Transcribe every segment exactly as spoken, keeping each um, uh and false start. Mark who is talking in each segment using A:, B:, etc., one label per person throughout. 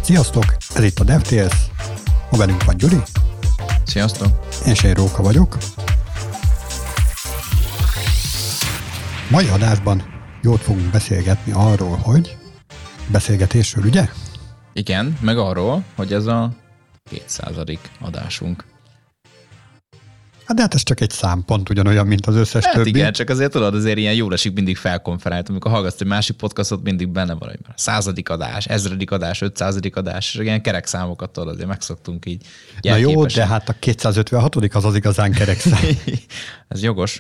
A: Sziasztok! Ez itt a DevTales. Ma velünk van Gyuri.
B: Sziasztok!
A: És én Róka vagyok. Mai adásban jót fogunk beszélgetni arról, hogy beszélgetésről, ugye?
B: Igen, meg arról, hogy ez a kétszázadik adásunk.
A: Hát de hát ez csak egy szám, pont ugyanolyan, mint az összes
B: hát
A: többi.
B: Igen, csak azért tudod, azért ilyen jól esik mindig felkonferált, amikor hallgatsz egy másik podcastot, mindig benne van, hogy századik adás, ezredik adás, ötszázadik adás, és ilyen kerek számokat tudod, azért megszoktunk így.
A: Na jó, de hát a kétszázötvenhatodik az az igazán kerek szám.
B: Ez jogos.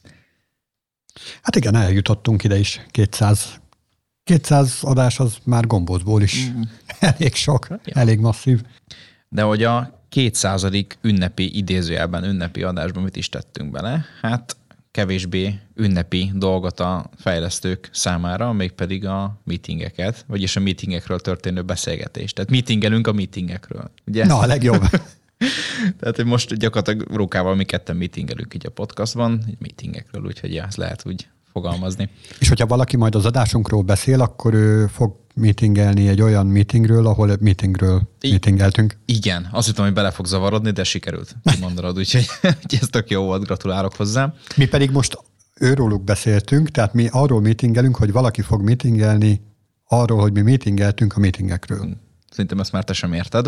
A: Hát igen, eljutottunk ide is. kétszáz, kétszáz adás az már gombócból is mm. elég sok, ja. elég masszív.
B: De hogy a kétszázadik ünnepi, idézőjelben ünnepi adásban mit is tettünk bele? Hát kevésbé ünnepi dolgot a fejlesztők számára, mégpedig a meetingeket, vagyis a meetingekről történő beszélgetést. Tehát meetingelünk a meetingekről. Ugye?
A: Na, a legjobb.
B: Tehát, hogy most gyakorlatilag Rókával mi ketten meetingelünk így a podcastban, így meetingekről, úgyhogy ja, ezt lehet úgy fogalmazni.
A: És hogyha valaki majd az adásunkról beszél, akkor ő fog meetingelni egy olyan meetingről, ahol meetingről I- meetingeltünk.
B: Igen, azt hittem, hogy bele fog zavarodni, de sikerült, mondanod, úgyhogy ez tök jó volt, gratulálok hozzá.
A: Mi pedig most őróluk beszéltünk, tehát mi arról meetingelünk, hogy valaki fog meetingelni arról, hogy mi meetingeltünk a meetingekről.
B: Szerintem ezt már te sem érted.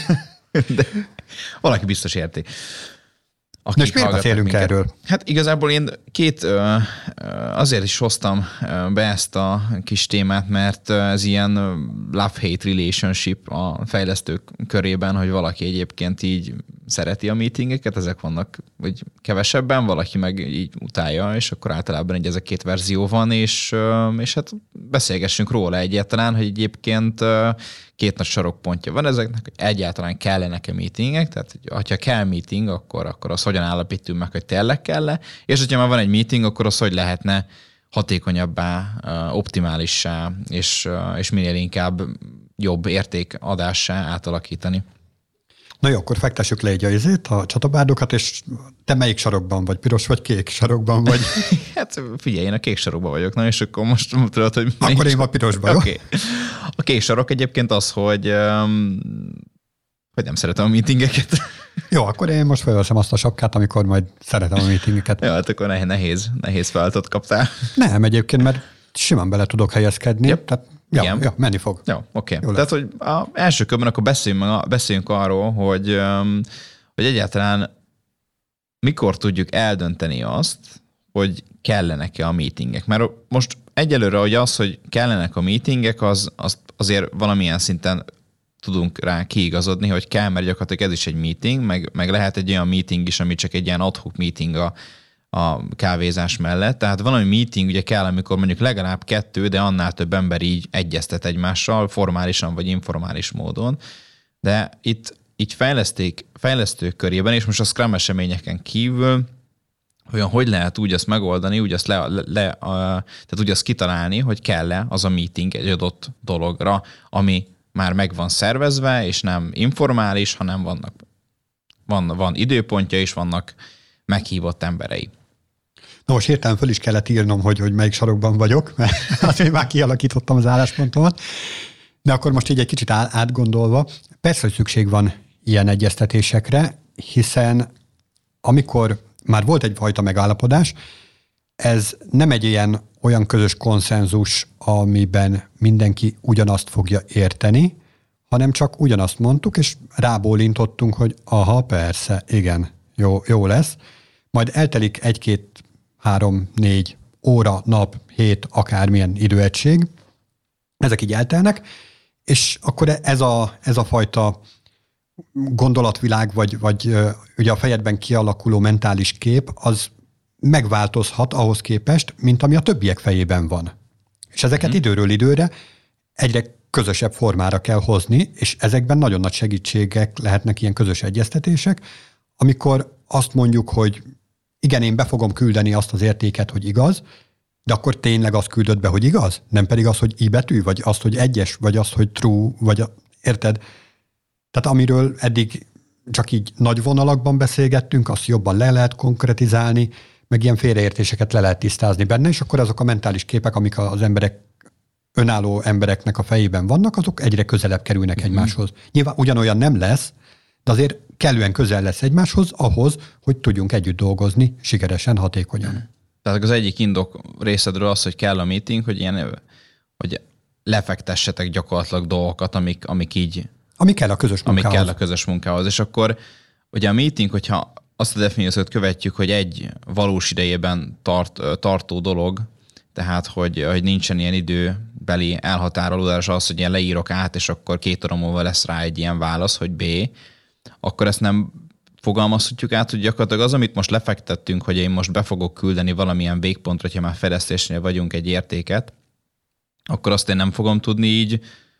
B: De valaki biztos érti.
A: Na és miért beszélünk minket erről?
B: Hát igazából én két, azért is hoztam be ezt a kis témát, mert ez ilyen love-hate relationship a fejlesztők körében, hogy valaki egyébként így szereti a meetingeket, ezek vannak vagy kevesebben, valaki meg így utálja, és akkor általában egy ez a két verzió van, és, és hát beszélgessünk róla egyáltalán, hogy egyébként két nagy sarokpontja van ezeknek, hogy egyáltalán kellenek-e meetingek, tehát ha kell meeting, akkor, akkor az hogyan állapítunk meg, hogy tényleg kell-e, és hogyha már van egy meeting, akkor az hogy lehetne hatékonyabbá, optimálissá, és, és minél inkább jobb értékadássá átalakítani.
A: Na jó, akkor fektessük le egy a izét, a csatabárdokat, és te melyik sarokban vagy? Piros vagy kék sarokban vagy?
B: Hát figyelj, én a kék sarokban vagyok, na és akkor most tudod, hogy...
A: Akkor én a pirosban,
B: okay. A kék sarok egyébként az, hogy, um, hogy nem szeretem a meetingeket.
A: Jó, akkor én most felveszem azt a sapkát, amikor majd szeretem a meetingeket.
B: Jó, hát akkor nehéz, nehéz feladatot kaptál.
A: Nem, egyébként, mert simán bele tudok helyezkedni, yep. tehát Ja, ja, menni fog.
B: Jó, oké. Okay. Tehát, hogy az első körben akkor beszéljünk, beszéljünk arról, hogy, hogy egyáltalán mikor tudjuk eldönteni azt, hogy kellenek-e a meetingek. Mert most egyelőre, hogy az, hogy kellenek a meetingek, az, az azért valamilyen szinten tudunk rá kiigazodni, hogy kell, mert gyakorlatilag ez is egy meeting, meg, meg lehet egy olyan meeting is, ami csak egy ilyen ad hoc meeting a a kávézás mellett. Tehát valami meeting ugye kell, amikor mondjuk legalább kettő, de annál több ember így egyeztet egymással, formálisan vagy informális módon. De itt így fejleszték, fejlesztők körében, és most a Scrum eseményeken kívül, olyan hogy lehet úgy azt megoldani, úgy azt, le, le, a, tehát úgy azt kitalálni, hogy kell-e az a meeting egy adott dologra, ami már meg van szervezve, és nem informális, hanem vannak, van, van időpontja, és vannak meghívott emberei.
A: Na most hirtelen föl is kellett írnom, hogy, hogy melyik sarokban vagyok, mert azért már kialakítottam az álláspontomat. De akkor most így egy kicsit átgondolva, persze, hogy szükség van ilyen egyeztetésekre, hiszen amikor már volt egyfajta megállapodás, ez nem egy ilyen olyan közös konszenzus, amiben mindenki ugyanazt fogja érteni, hanem csak ugyanazt mondtuk, és rábólintottunk, hogy aha, persze, igen, jó, jó lesz. Majd eltelik egy-két, három, négy óra, nap, hét, akármilyen időegység. Ezek így eltelnek, és akkor ez a, ez a fajta gondolatvilág, vagy, vagy ugye a fejedben kialakuló mentális kép, az megváltozhat ahhoz képest, mint ami a többiek fejében van. És ezeket hmm. időről időre egyre közösebb formára kell hozni, és ezekben nagyon nagy segítségek lehetnek ilyen közös egyeztetések, amikor azt mondjuk, hogy igen, én be fogom küldeni azt az értéket, hogy igaz, de akkor tényleg azt küldöd be, hogy igaz? Nem pedig az, hogy i betű, vagy azt, hogy egyes, vagy azt, hogy true, vagy a, érted? Tehát amiről eddig csak így nagy vonalakban beszélgettünk, azt jobban le lehet konkretizálni, meg ilyen félreértéseket le lehet tisztázni benne, és akkor azok a mentális képek, amik az emberek önálló embereknek a fejében vannak, azok egyre közelebb kerülnek mm-hmm. egymáshoz. Nyilván ugyanolyan nem lesz, de azért kellően közel lesz egymáshoz ahhoz, hogy tudjunk együtt dolgozni sikeresen, hatékonyan.
B: Tehát az egyik indok részedről az, hogy kell a meeting, hogy ilyen, hogy lefektessetek gyakorlatilag dolgokat, amik, amik így...
A: Amik kell a közös munkához.
B: Amik kell a közös munkához. És akkor ugye a meeting, hogyha azt a definíciót követjük, hogy egy valós idejében tart, tartó dolog, tehát hogy, hogy nincsen ilyen időbeli elhatárolódás az, hogy ilyen leírok át, és akkor két óra múlva lesz rá egy ilyen válasz, hogy B, akkor ezt nem fogalmazhatjuk át, hogy gyakorlatilag az, amit most lefektettünk, hogy én most be fogok küldeni valamilyen végpontra, hogyha már fejlesztésnél vagyunk egy értéket, akkor azt én nem fogom tudni így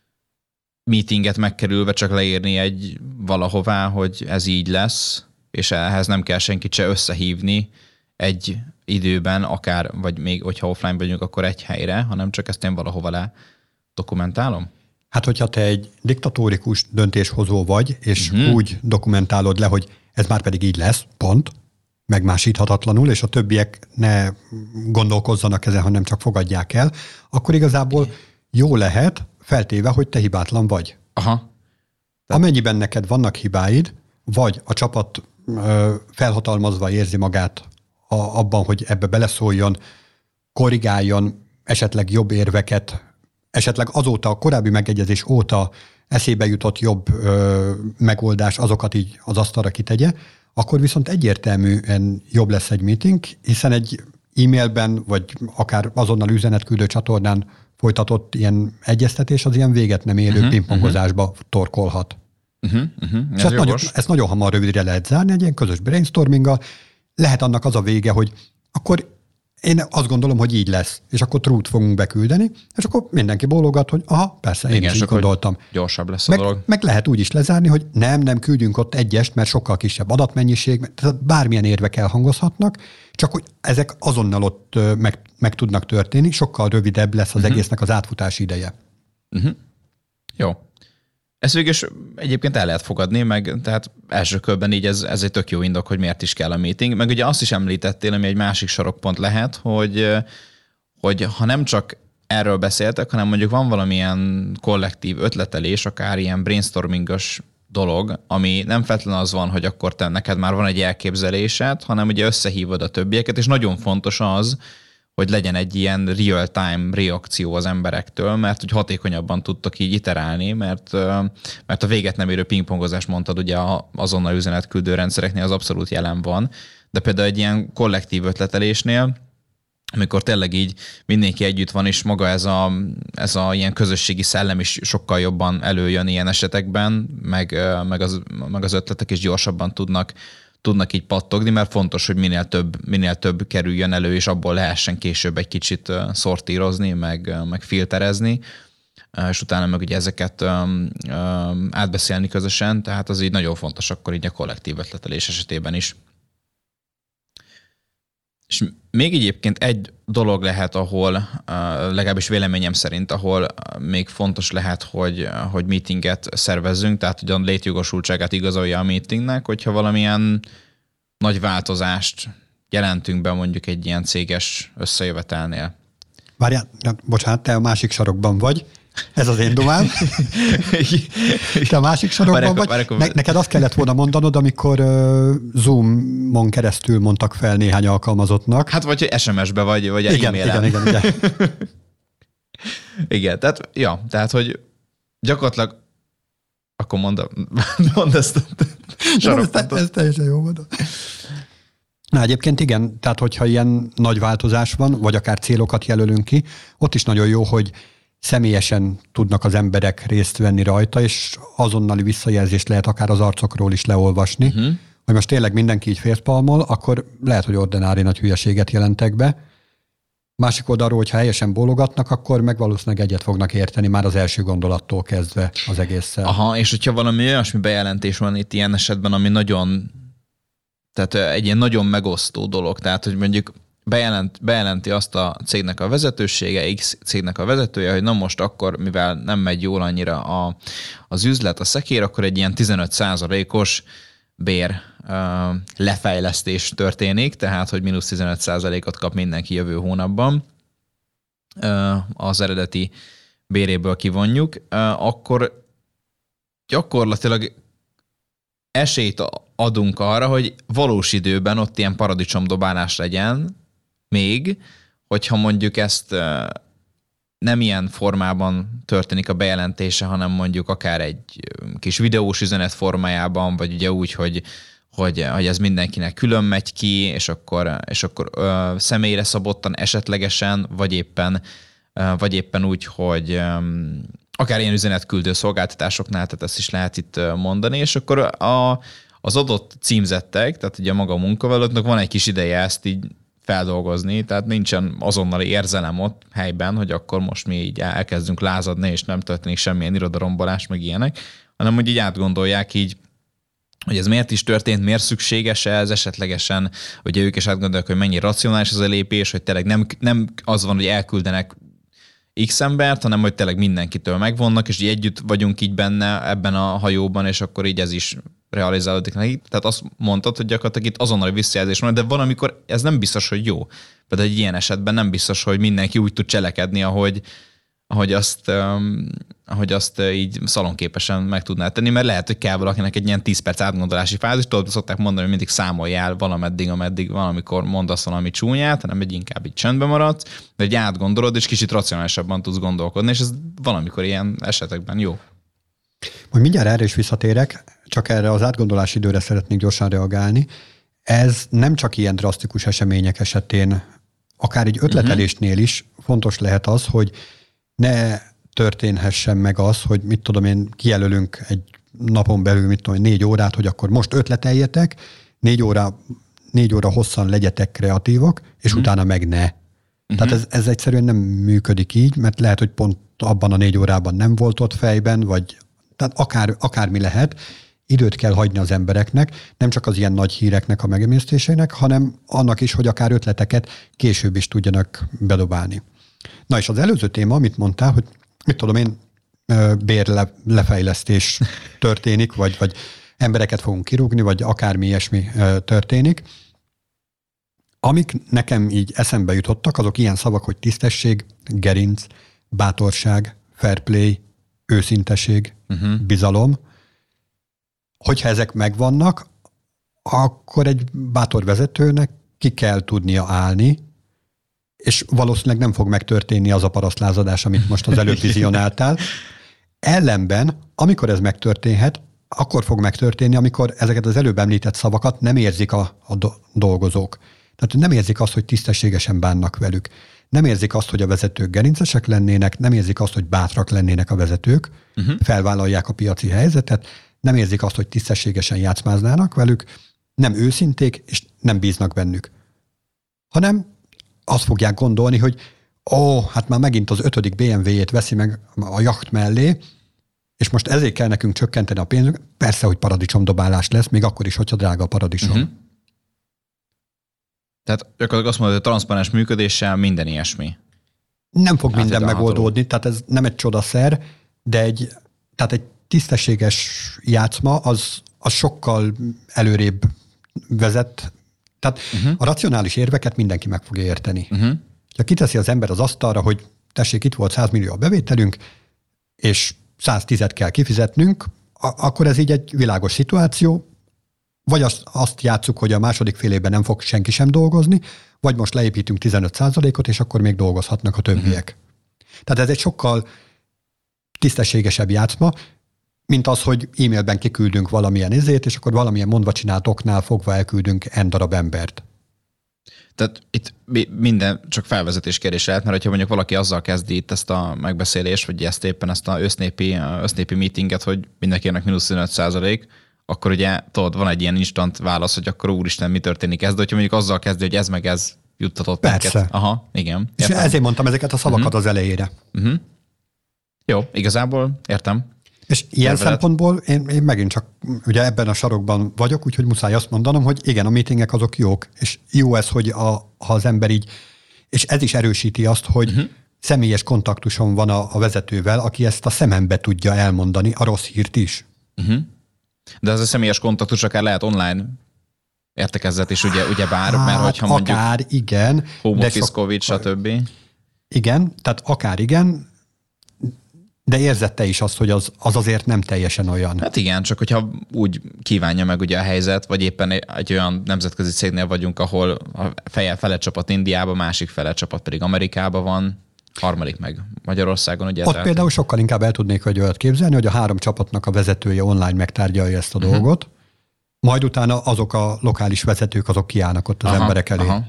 B: meetinget megkerülve csak leírni egy valahová, hogy ez így lesz, és ehhez nem kell senkit se összehívni egy időben, akár, vagy még, hogyha offline vagyunk, akkor egy helyre, hanem csak ezt én valahova le dokumentálom?
A: Hát, hogyha te egy diktatórikus döntéshozó vagy, és uh-huh. úgy dokumentálod le, hogy ez már pedig így lesz, pont, megmásíthatatlanul, és a többiek ne gondolkozzanak ezen, hanem csak fogadják el, akkor igazából jó lehet, feltéve, hogy te hibátlan vagy.
B: Aha.
A: Tehát... Amennyiben neked vannak hibáid, vagy a csapat ö, felhatalmazva érzi magát a, abban, hogy ebbe beleszóljon, korrigáljon esetleg jobb érveket, esetleg azóta, a korábbi megegyezés óta eszébe jutott jobb ö, megoldás, azokat így az asztalra kitegye, akkor viszont egyértelműen jobb lesz egy meeting, hiszen egy e-mailben, vagy akár azonnal üzenetküldő csatornán folytatott ilyen egyeztetés az ilyen véget nem érő uh-huh, pingpongozásba uh-huh. torkolhat.
B: Uh-huh, uh-huh. Ez
A: ezt, nagyon, ezt nagyon hamar rövidre lehet zárni, egy ilyen közös brainstorminggal. Lehet annak az a vége, hogy akkor én azt gondolom, hogy így lesz, és akkor true-t fogunk beküldeni, és akkor mindenki bólogat, hogy aha, persze, én
B: igen,
A: is így gondoltam.
B: Gyorsabb lesz a
A: meg,
B: dolog.
A: Meg lehet úgy is lezárni, hogy nem, nem küldjünk ott egyest, mert sokkal kisebb adatmennyiség, tehát bármilyen érvek elhangozhatnak, csak hogy ezek azonnal ott meg, meg tudnak történni, sokkal rövidebb lesz az uh-huh. egésznek az átfutási ideje.
B: Uh-huh. Jó. Ezt végül is egyébként el lehet fogadni, meg tehát első körben így ez, ez egy tök jó indok, hogy miért is kell a meeting. Meg ugye azt is említettél, ami egy másik sarokpont lehet, hogy, hogy ha nem csak erről beszéltek, hanem mondjuk van valamilyen kollektív ötletelés, akár ilyen brainstormingos dolog, ami nem feltétlenül az van, hogy akkor te neked már van egy elképzelésed, hanem ugye összehívod a többieket, és nagyon fontos az, hogy legyen egy ilyen real-time reakció az emberektől, mert hogy hatékonyabban tudtok így iterálni, mert, mert a véget nem érő pingpongozást mondtad, ugye azonnal üzenetküldő rendszereknél az abszolút jelen van, de például egy ilyen kollektív ötletelésnél, amikor tényleg így mindenki együtt van, és maga ez a, ez a ilyen közösségi szellem is sokkal jobban előjön ilyen esetekben, meg, meg, az, meg az ötletek is gyorsabban tudnak tudnak így pattogni, mert fontos, hogy minél több, minél több kerüljön elő, és abból lehessen később egy kicsit szortírozni, meg, meg filterezni, és utána meg ugye ezeket um, um, átbeszélni közösen, tehát az így nagyon fontos akkor így a kollektív ötletelés esetében is. És még egyébként egy dolog lehet, ahol, uh, legalábbis véleményem szerint, ahol még fontos lehet, hogy, hogy meetinget szervezzünk, tehát hogy a létjogosultságát igazolja a meetingnek, hogyha valamilyen nagy változást jelentünk be mondjuk egy ilyen céges összejövetelnél. Várjál,
A: bocsánat, te a másik sarokban vagy. Ez az én dumám. Te a másik sarokban vagy. Várj, ne, neked azt kellett volna mondanod, amikor uh, Zoom-on keresztül mondtak fel néhány alkalmazottnak.
B: Hát vagy, hogy es em es-be vagy, vagy
A: igen,
B: e-mailen.
A: Igen, igen, igen.
B: Igen, tehát, ja, tehát, hogy gyakorlatilag akkor mondd, mondd ezt a sarokpontot.
A: Ez teljesen jó mondod. Na egyébként igen, tehát hogyha ilyen nagy változás van, vagy akár célokat jelölünk ki, ott is nagyon jó, hogy személyesen tudnak az emberek részt venni rajta, és azonnali visszajelzést lehet akár az arcokról is leolvasni, uh-huh. hogy most tényleg mindenki így férspalmol, akkor lehet, hogy ordinári nagy hülyeséget jelentek be. Másik oldalról, hogyha helyesen bólogatnak, akkor meg valószínűleg egyet fognak érteni már az első gondolattól kezdve az egésszel.
B: Aha, és hogyha valami olyasmi bejelentés van itt ilyen esetben, ami nagyon, tehát egy ilyen nagyon megosztó dolog, tehát hogy mondjuk Bejelent, bejelenti azt a cégnek a vezetősége, X cégnek a vezetője, hogy na most akkor, mivel nem megy jól annyira a, az üzlet, a szekér, akkor egy ilyen tizenöt százalékos bér uh, lefejlesztés történik, tehát, hogy mínusz tizenöt százalékot kap mindenki jövő hónapban uh, az eredeti béréből kivonjuk, akkor gyakorlatilag esélyt adunk arra, hogy valós időben ott ilyen paradicsomdobálás legyen még, hogyha mondjuk ezt nem ilyen formában történik a bejelentése, hanem mondjuk akár egy kis videós üzenet formájában, vagy ugye úgy, hogy, hogy, hogy ez mindenkinek külön megy ki, és akkor, és akkor ö, személyre szabottan esetlegesen, vagy éppen, ö, vagy éppen úgy, hogy ö, akár ilyen üzenetküldő szolgáltatásoknál, tehát ezt is lehet itt mondani, és akkor a, az adott címzettek, tehát ugye maga a munkavállalóknak van egy kis ideje ezt így feldolgozni, tehát nincsen azonnali érzelem ott helyben, hogy akkor most mi így elkezdünk lázadni, és nem történik semmilyen irodarombolás, meg ilyenek, hanem hogy így átgondolják így, hogy ez miért is történt, miért szükséges ez esetlegesen, hogy ők is átgondolják, hogy mennyi racionális ez a lépés, hogy tényleg nem, nem az van, hogy elküldenek X embert, hanem hogy tényleg mindenkitől megvonnak, és így együtt vagyunk így benne ebben a hajóban, és akkor így ez is realizálódik neki. Tehát azt mondtad, hogy gyakorlatilag itt azonnali visszajelzés van, de van, amikor ez nem biztos, hogy jó. Például egy ilyen esetben nem biztos, hogy mindenki úgy tud cselekedni, ahogy, ahogy, azt, um, ahogy azt így szalonképesen meg tudná tenni, mert lehet, hogy kell valakinek egy ilyen tíz perc átgondolási fázis, tudod, szokták mondani, hogy mindig számoljál valameddig, ameddig valamikor mondasz valami csúnyát, hanem egy inkább így csöndbe maradsz, de egy átgondolod, és kicsit racionálisabban tudsz gondolkodni, és ez valamikor ilyen esetekben jó.
A: Majd mindjárt erre is visszatérek, csak erre az átgondolási időre szeretnék gyorsan reagálni. Ez nem csak ilyen drasztikus események esetén, akár egy ötletelésnél is fontos lehet az, hogy ne történhessen meg az, hogy mit tudom én, kijelölünk egy napon belül, mit tudom én, négy órát, hogy akkor most ötleteljetek, négy óra, négy óra hosszan legyetek kreatívak, és uh-huh. utána meg ne. Uh-huh. Tehát ez, ez egyszerűen nem működik így, mert lehet, hogy pont abban a négy órában nem volt ott fejben, vagy tehát akár, akármi lehet, időt kell hagyni az embereknek, nem csak az ilyen nagy híreknek a megemésztésének, hanem annak is, hogy akár ötleteket később is tudjanak bedobálni. Na és az előző téma, amit mondtál, hogy mit tudom én, bérlefejlesztés történik, vagy, vagy embereket fogunk kirúgni, vagy akármi ilyesmi történik. Amik nekem így eszembe jutottak, azok ilyen szavak, hogy tisztesség, gerinc, bátorság, fair play, őszinteség, uh-huh. bizalom. Hogyha ezek megvannak, akkor egy bátor vezetőnek ki kell tudnia állni, és valószínűleg nem fog megtörténni az a parasztlázadás, amit most az előbb vizionáltál. Ellenben, amikor ez megtörténhet, akkor fog megtörténni, amikor ezeket az előbb említett szavakat nem érzik a, a do- dolgozók. Tehát nem érzik azt, hogy tisztességesen bánnak velük. Nem érzik azt, hogy a vezetők gerincesek lennének, nem érzik azt, hogy bátrak lennének a vezetők, uh-huh. felvállalják a piaci helyzetet, nem érzik azt, hogy tisztességesen játszmáznának velük, nem őszinték, és nem bíznak bennük. Hanem azt fogják gondolni, hogy ó, hát már megint az ötödik bé em vé-jét veszi meg a jacht mellé, és most ezért kell nekünk csökkenteni a pénzünk. Persze, hogy paradicsomdobálás lesz, még akkor is, hogyha drága a paradicsom. Uh-huh.
B: Tehát gyakorlatilag azt mondod, hogy a transzparens működéssel minden ilyesmi.
A: Nem fog hát minden megoldódni, tehát ez nem egy csodaszer, de egy, tehát egy tisztességes játszma az, az sokkal előrébb vezet. Tehát uh-huh. a racionális érveket mindenki meg fogja érteni. Uh-huh. Ha kiteszi az ember az asztalra, hogy tessék, itt volt száz millió a bevételünk, és száztízet kell kifizetnünk, a- akkor ez így egy világos szituáció, vagy azt, azt játsszuk, hogy a második fél évben nem fog senki sem dolgozni, vagy most leépítünk tizenöt százalékot, és akkor még dolgozhatnak a többiek. Uh-huh. Tehát ez egy sokkal tisztességesebb játszma, mint az, hogy e-mailben kiküldünk valamilyen izét, és akkor valamilyen mondva csinált oknál fogva elküldünk n darab embert.
B: Tehát itt minden csak felvezetés kérdés lehet, mert hogyha mondjuk valaki azzal kezdi itt ezt a megbeszélést, vagy ezt éppen ezt a össznépi, össznépi meetinget, hogy mindenkinek mínusz öt százalék, akkor ugye tudod, van egy ilyen instant válasz, hogy akkor úristen, mi történik ez, de hogyha mondjuk azzal kezdi, hogy ez meg ez juttatott
A: Persze.
B: minket. Aha, igen.
A: És
B: értem.
A: ezért mondtam ezeket a szavakat uh-huh. az elejére.
B: Uh-huh. Jó, igazából értem.
A: És ilyen Szervelet. szempontból én, én megint csak ugye ebben a sarokban vagyok, úgyhogy muszáj azt mondanom, hogy igen, a meetingek azok jók, és jó ez, hogy a, ha az ember így, és ez is erősíti azt, hogy uh-huh. személyes kontaktusom van a, a vezetővel, aki ezt a szemembe tudja elmondani, a rossz hírt is.
B: Uh-huh. De ez a személyes kontaktus akár lehet online értekezlet is, ugye, ugye bár, hát, mert hogyha mondjuk
A: akár igen.
B: home office, covid, stb.
A: Igen, tehát akár igen, De érzed te is azt, hogy az, az azért nem teljesen olyan.
B: Hát igen, csak hogyha úgy kívánja meg ugye a helyzet, vagy éppen egy olyan nemzetközi cégnél vagyunk, ahol a feje fele csapat Indiában, másik fele csapat pedig Amerikában van, harmadik meg Magyarországon. Ugye,
A: Ott
B: tehát...
A: például sokkal inkább el tudnék egy olyat képzelni, hogy a három csapatnak a vezetője online megtárgyalja ezt a uh-huh. dolgot, majd utána azok a lokális vezetők, azok kiállnak ott az aha, emberek elé. Aha.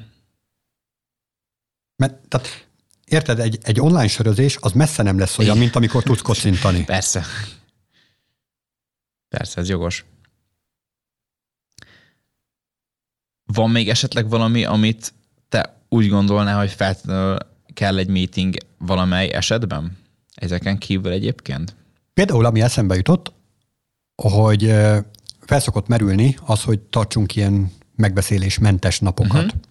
A: Mert, tehát, érted, egy, egy online sörözés az messze nem lesz olyan, mint amikor tudsz kocintani.
B: Persze. Persze, ez jogos. Van még esetleg valami, amit te úgy gondolnál, hogy feltétlenül kell egy meeting valamely esetben? Ezeken kívül egyébként?
A: Például, ami eszembe jutott, hogy felszokott merülni az, hogy tartsunk ilyen megbeszélésmentes napokat. Uh-huh.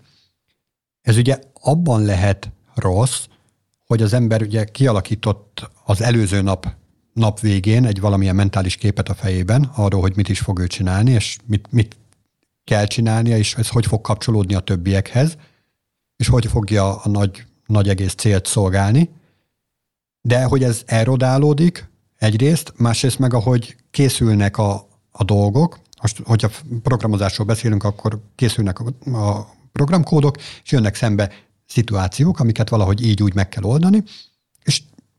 A: Ez ugye abban lehet rossz, hogy az ember ugye kialakított az előző nap, nap végén egy valamilyen mentális képet a fejében arról, hogy mit is fog ő csinálni, és mit, mit kell csinálnia, és ez hogy fog kapcsolódni a többiekhez, és hogy fogja a nagy, nagy egész célt szolgálni. De hogy ez erodálódik egyrészt, másrészt meg ahogy készülnek a, a dolgok, most, hogyha programozásról beszélünk, akkor készülnek a, a programkódok, és jönnek szembe szituációk, amiket valahogy így úgy meg kell oldani, és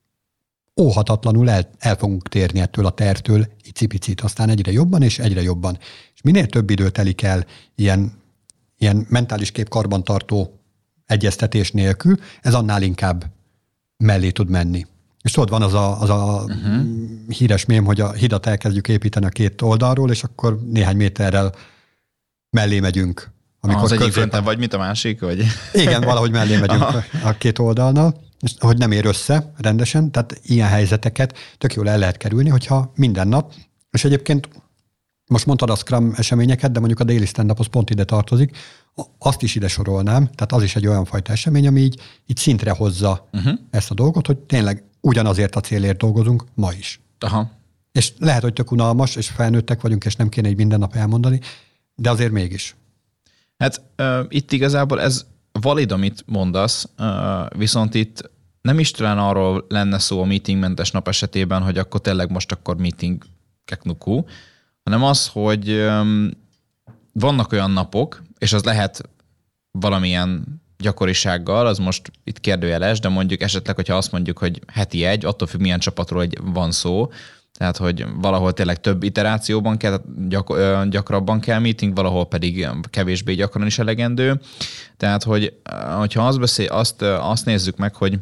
A: óhatatlanul el, el fogunk térni ettől a tervtől icipicit, aztán egyre jobban és egyre jobban. És minél több idő telik el ilyen, ilyen mentális kép karbantartó egyeztetés nélkül, ez annál inkább mellé tud menni. És tudod, van az a, az a uh-huh. híres mém, hogy a hidat elkezdjük építeni a két oldalról, és akkor néhány méterrel mellé megyünk.
B: Amikor az egyik fronten vagy, mint a másik? Vagy?
A: Igen, valahogy mellé megyünk Aha. a két oldalnal, és hogy nem ér össze rendesen, tehát ilyen helyzeteket tök jól el lehet kerülni, hogyha minden nap, és egyébként most mondtad a Scrum eseményeket, de mondjuk a Daily Stand-up az pont ide tartozik, azt is ide sorolnám, tehát az is egy olyan fajta esemény, ami így, így szintre hozza uh-huh. ezt a dolgot, hogy tényleg ugyanazért a célért dolgozunk ma is.
B: Aha.
A: És lehet, hogy tök unalmas, és felnőttek vagyunk, és nem kéne így minden nap elmondani, de azért mégis.
B: Hát uh, itt igazából ez valid, amit mondasz, uh, viszont itt nem is talán arról lenne szó a meetingmentes nap esetében, hogy akkor tényleg most akkor meeting keknukú, hanem az, hogy um, vannak olyan napok, és az lehet valamilyen gyakorisággal, az most itt kérdőjeles, de mondjuk esetleg, hogyha azt mondjuk, hogy heti egy, attól függ, milyen csapatról van szó, tehát, hogy valahol tényleg több iterációban kell, gyak, gyakrabban kell meeting, valahol pedig kevésbé gyakran is elegendő. Tehát, hogy hogyha azt, beszél, azt, azt nézzük meg, hogy,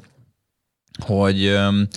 B: hogy,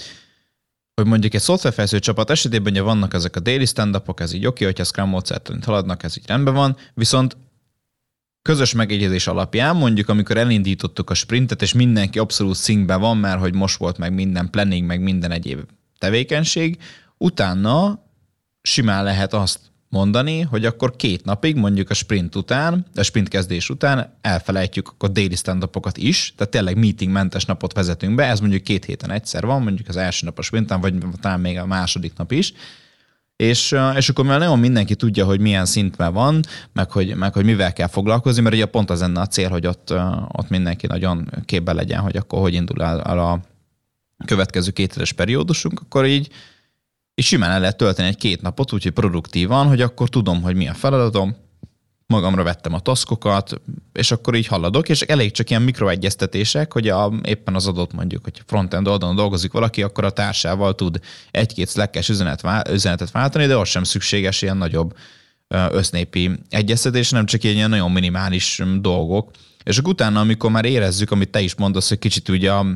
B: hogy mondjuk egy szoftverfejlesztő csapat esetében ugye vannak ezek a daily stand-upok, ez így oké, okay, hogyha Scrum módszertant haladnak, ez így rendben van, viszont közös megegyezés alapján, mondjuk amikor elindítottuk a sprintet, és mindenki abszolút szinkben van, mert hogy most volt meg minden planning, meg minden egyéb tevékenység, utána simán lehet azt mondani, hogy akkor két napig, mondjuk a sprint után, a sprint kezdés után elfelejtjük akkor daily stand-upokat is, tehát tényleg meetingmentes napot vezetünk be, ez mondjuk két héten egyszer van, mondjuk az első nap a sprinten, vagy talán még a második nap is, és, és akkor már nagyon mindenki tudja, hogy milyen szintben van, meg hogy, meg hogy mivel kell foglalkozni, mert ugye pont az lenne a cél, hogy ott, ott mindenki nagyon képben legyen, hogy akkor hogy indul el a következő kétéves periódusunk, akkor így és simán el lehet tölteni egy két napot, úgyhogy produktívan, hogy akkor tudom, hogy mi a feladatom, magamra vettem a taskokat, és akkor így haladok, és elég csak ilyen mikroegyeztetések, hogy a, éppen az adott mondjuk, hogy frontend oldalon dolgozik valaki, akkor a társával tud egy-két Slack-es üzenet, üzenetet váltani, de az sem szükséges ilyen nagyobb össznépi egyeztetés, nem csak ilyen nagyon minimális dolgok. És akkor utána, amikor már érezzük, amit te is mondasz, hogy kicsit ugye a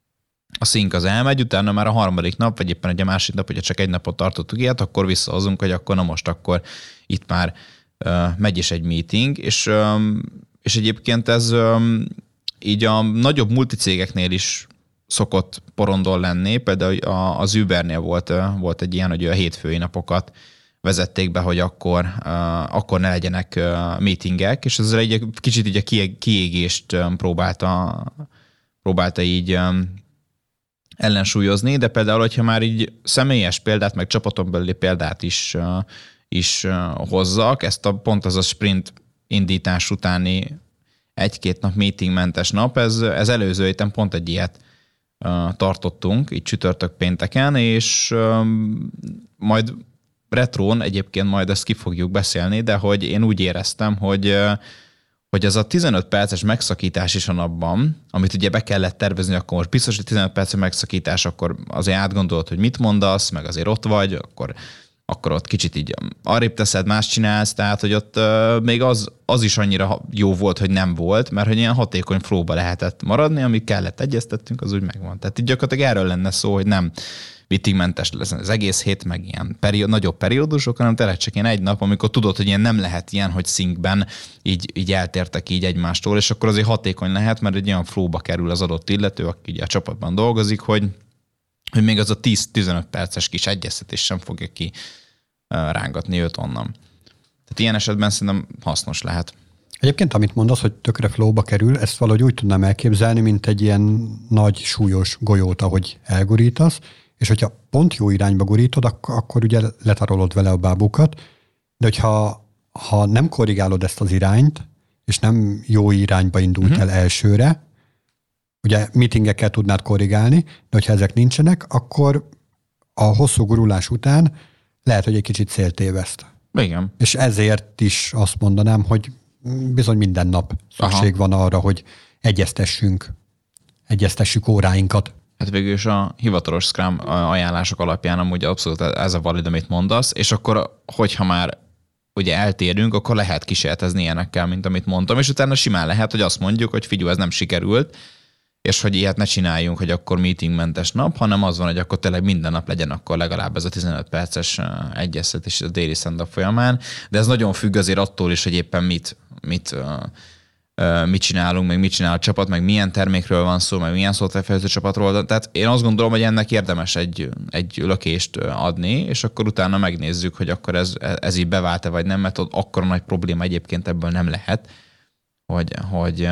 B: a szink az elmegy, utána már a harmadik nap, vagy éppen egy a másik nap, hogyha csak egy napot tartottuk ilyet, akkor visszahozunk, hogy akkor na most akkor itt már uh, megy is egy meeting, és, um, és egyébként ez um, így a nagyobb multicégeknél is szokott porondol lenni, például az Ubernél volt, uh, volt egy ilyen, hogy a hétfői napokat vezették be, hogy akkor, uh, akkor ne legyenek uh, meetingek, és ezzel egy kicsit így a kiégést um, próbálta, próbálta így um, ellensúlyozni, de például, hogyha már így személyes példát, meg csapaton belüli példát is, uh, is uh, hozzak, ezt a pont az a sprint indítás utáni egy-két nap meetingmentes nap, ez, ez előző héten pont egy ilyet tartottunk, így csütörtök pénteken, és majd retrón egyébként majd ezt ki fogjuk beszélni, de hogy én úgy éreztem, hogy hogy az a tizenöt perces megszakítás is van abban, amit ugye be kellett tervezni, akkor most biztos, hogy tizenöt perces megszakítás, akkor azért átgondolod, hogy mit mondasz, meg azért ott vagy, akkor, akkor ott kicsit így arrébb teszed, más csinálsz, tehát hogy ott uh, még az, az is annyira jó volt, hogy nem volt, mert hogy ilyen hatékony flowba lehetett maradni, amit kellett egyeztettünk, az úgy megvan. Tehát így gyakorlatilag erről lenne szó, hogy nem meetingmentes lesz az egész hét, meg ilyen periód, nagyobb periódusok, hanem tényleg csak ilyen egy nap, amikor tudod, hogy ilyen nem lehet ilyen, hogy szinkben így, így eltértek így egymástól, és akkor azért hatékony lehet, mert egy olyan flowba kerül az adott illető, aki ugye a csapatban dolgozik, hogy, hogy még az a tíz-tizenöt perces kis egyeztetés sem fogja ki rángatni őt onnan. Tehát ilyen esetben szerintem hasznos lehet.
A: Egyébként, amit mondasz, hogy tökre flowba kerül, ezt valahogy úgy tudnám elképzelni, mint egy ilyen nagy, súlyos golyót, ahogy elgurítasz, és hogyha pont jó irányba gurítod, akkor, akkor ugye letarolod vele a bábukat, de hogyha ha nem korrigálod ezt az irányt, és nem jó irányba indult uh-huh. el elsőre, ugye meetingekkel tudnád korrigálni, de hogyha ezek nincsenek, akkor a hosszú gurulás után lehet, hogy egy kicsit céltéveszt.
B: Igen.
A: És ezért is azt mondanám, hogy bizony minden nap szükség Aha. van arra, hogy egyeztessünk, egyeztessük óráinkat.
B: Hát végül is a hivatalos Scrum ajánlások alapján amúgy abszolút ez a valid, amit mondasz, és akkor, hogyha már ugye eltérünk, akkor lehet kísérletezni ilyenekkel, mint amit mondtam, és utána simán lehet, hogy azt mondjuk, hogy figyelj, ez nem sikerült, és hogy ilyet ne csináljunk, hogy akkor meetingmentes nap, hanem az van, hogy akkor tényleg minden nap legyen akkor legalább ez a tizenöt perces egyeztetés a daily stand-up folyamán, de ez nagyon függ azért attól is, hogy éppen mit, mit mit csinálunk, meg mit csinál a csapat, meg milyen termékről van szó, meg milyen szoftverfejlesztő csapatról. Tehát én azt gondolom, hogy ennek érdemes egy, egy lökést adni, és akkor utána megnézzük, hogy akkor ez, ez így bevált-e, vagy nem, mert ott akkora nagy probléma egyébként ebből nem lehet, hogy, hogy,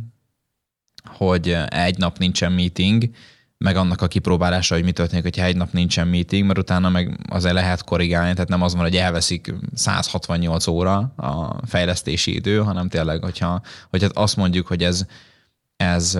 B: hogy egy nap nincsen meeting, meg annak a kipróbálása, hogy mi történik, hogyha egy nap nincsen meeting, mert utána meg azért lehet korrigálni, tehát nem az van, hogy elveszik száz hatvannyolc óra a fejlesztési idő, hanem tényleg, hogyha, hogyha azt mondjuk, hogy ez, ez,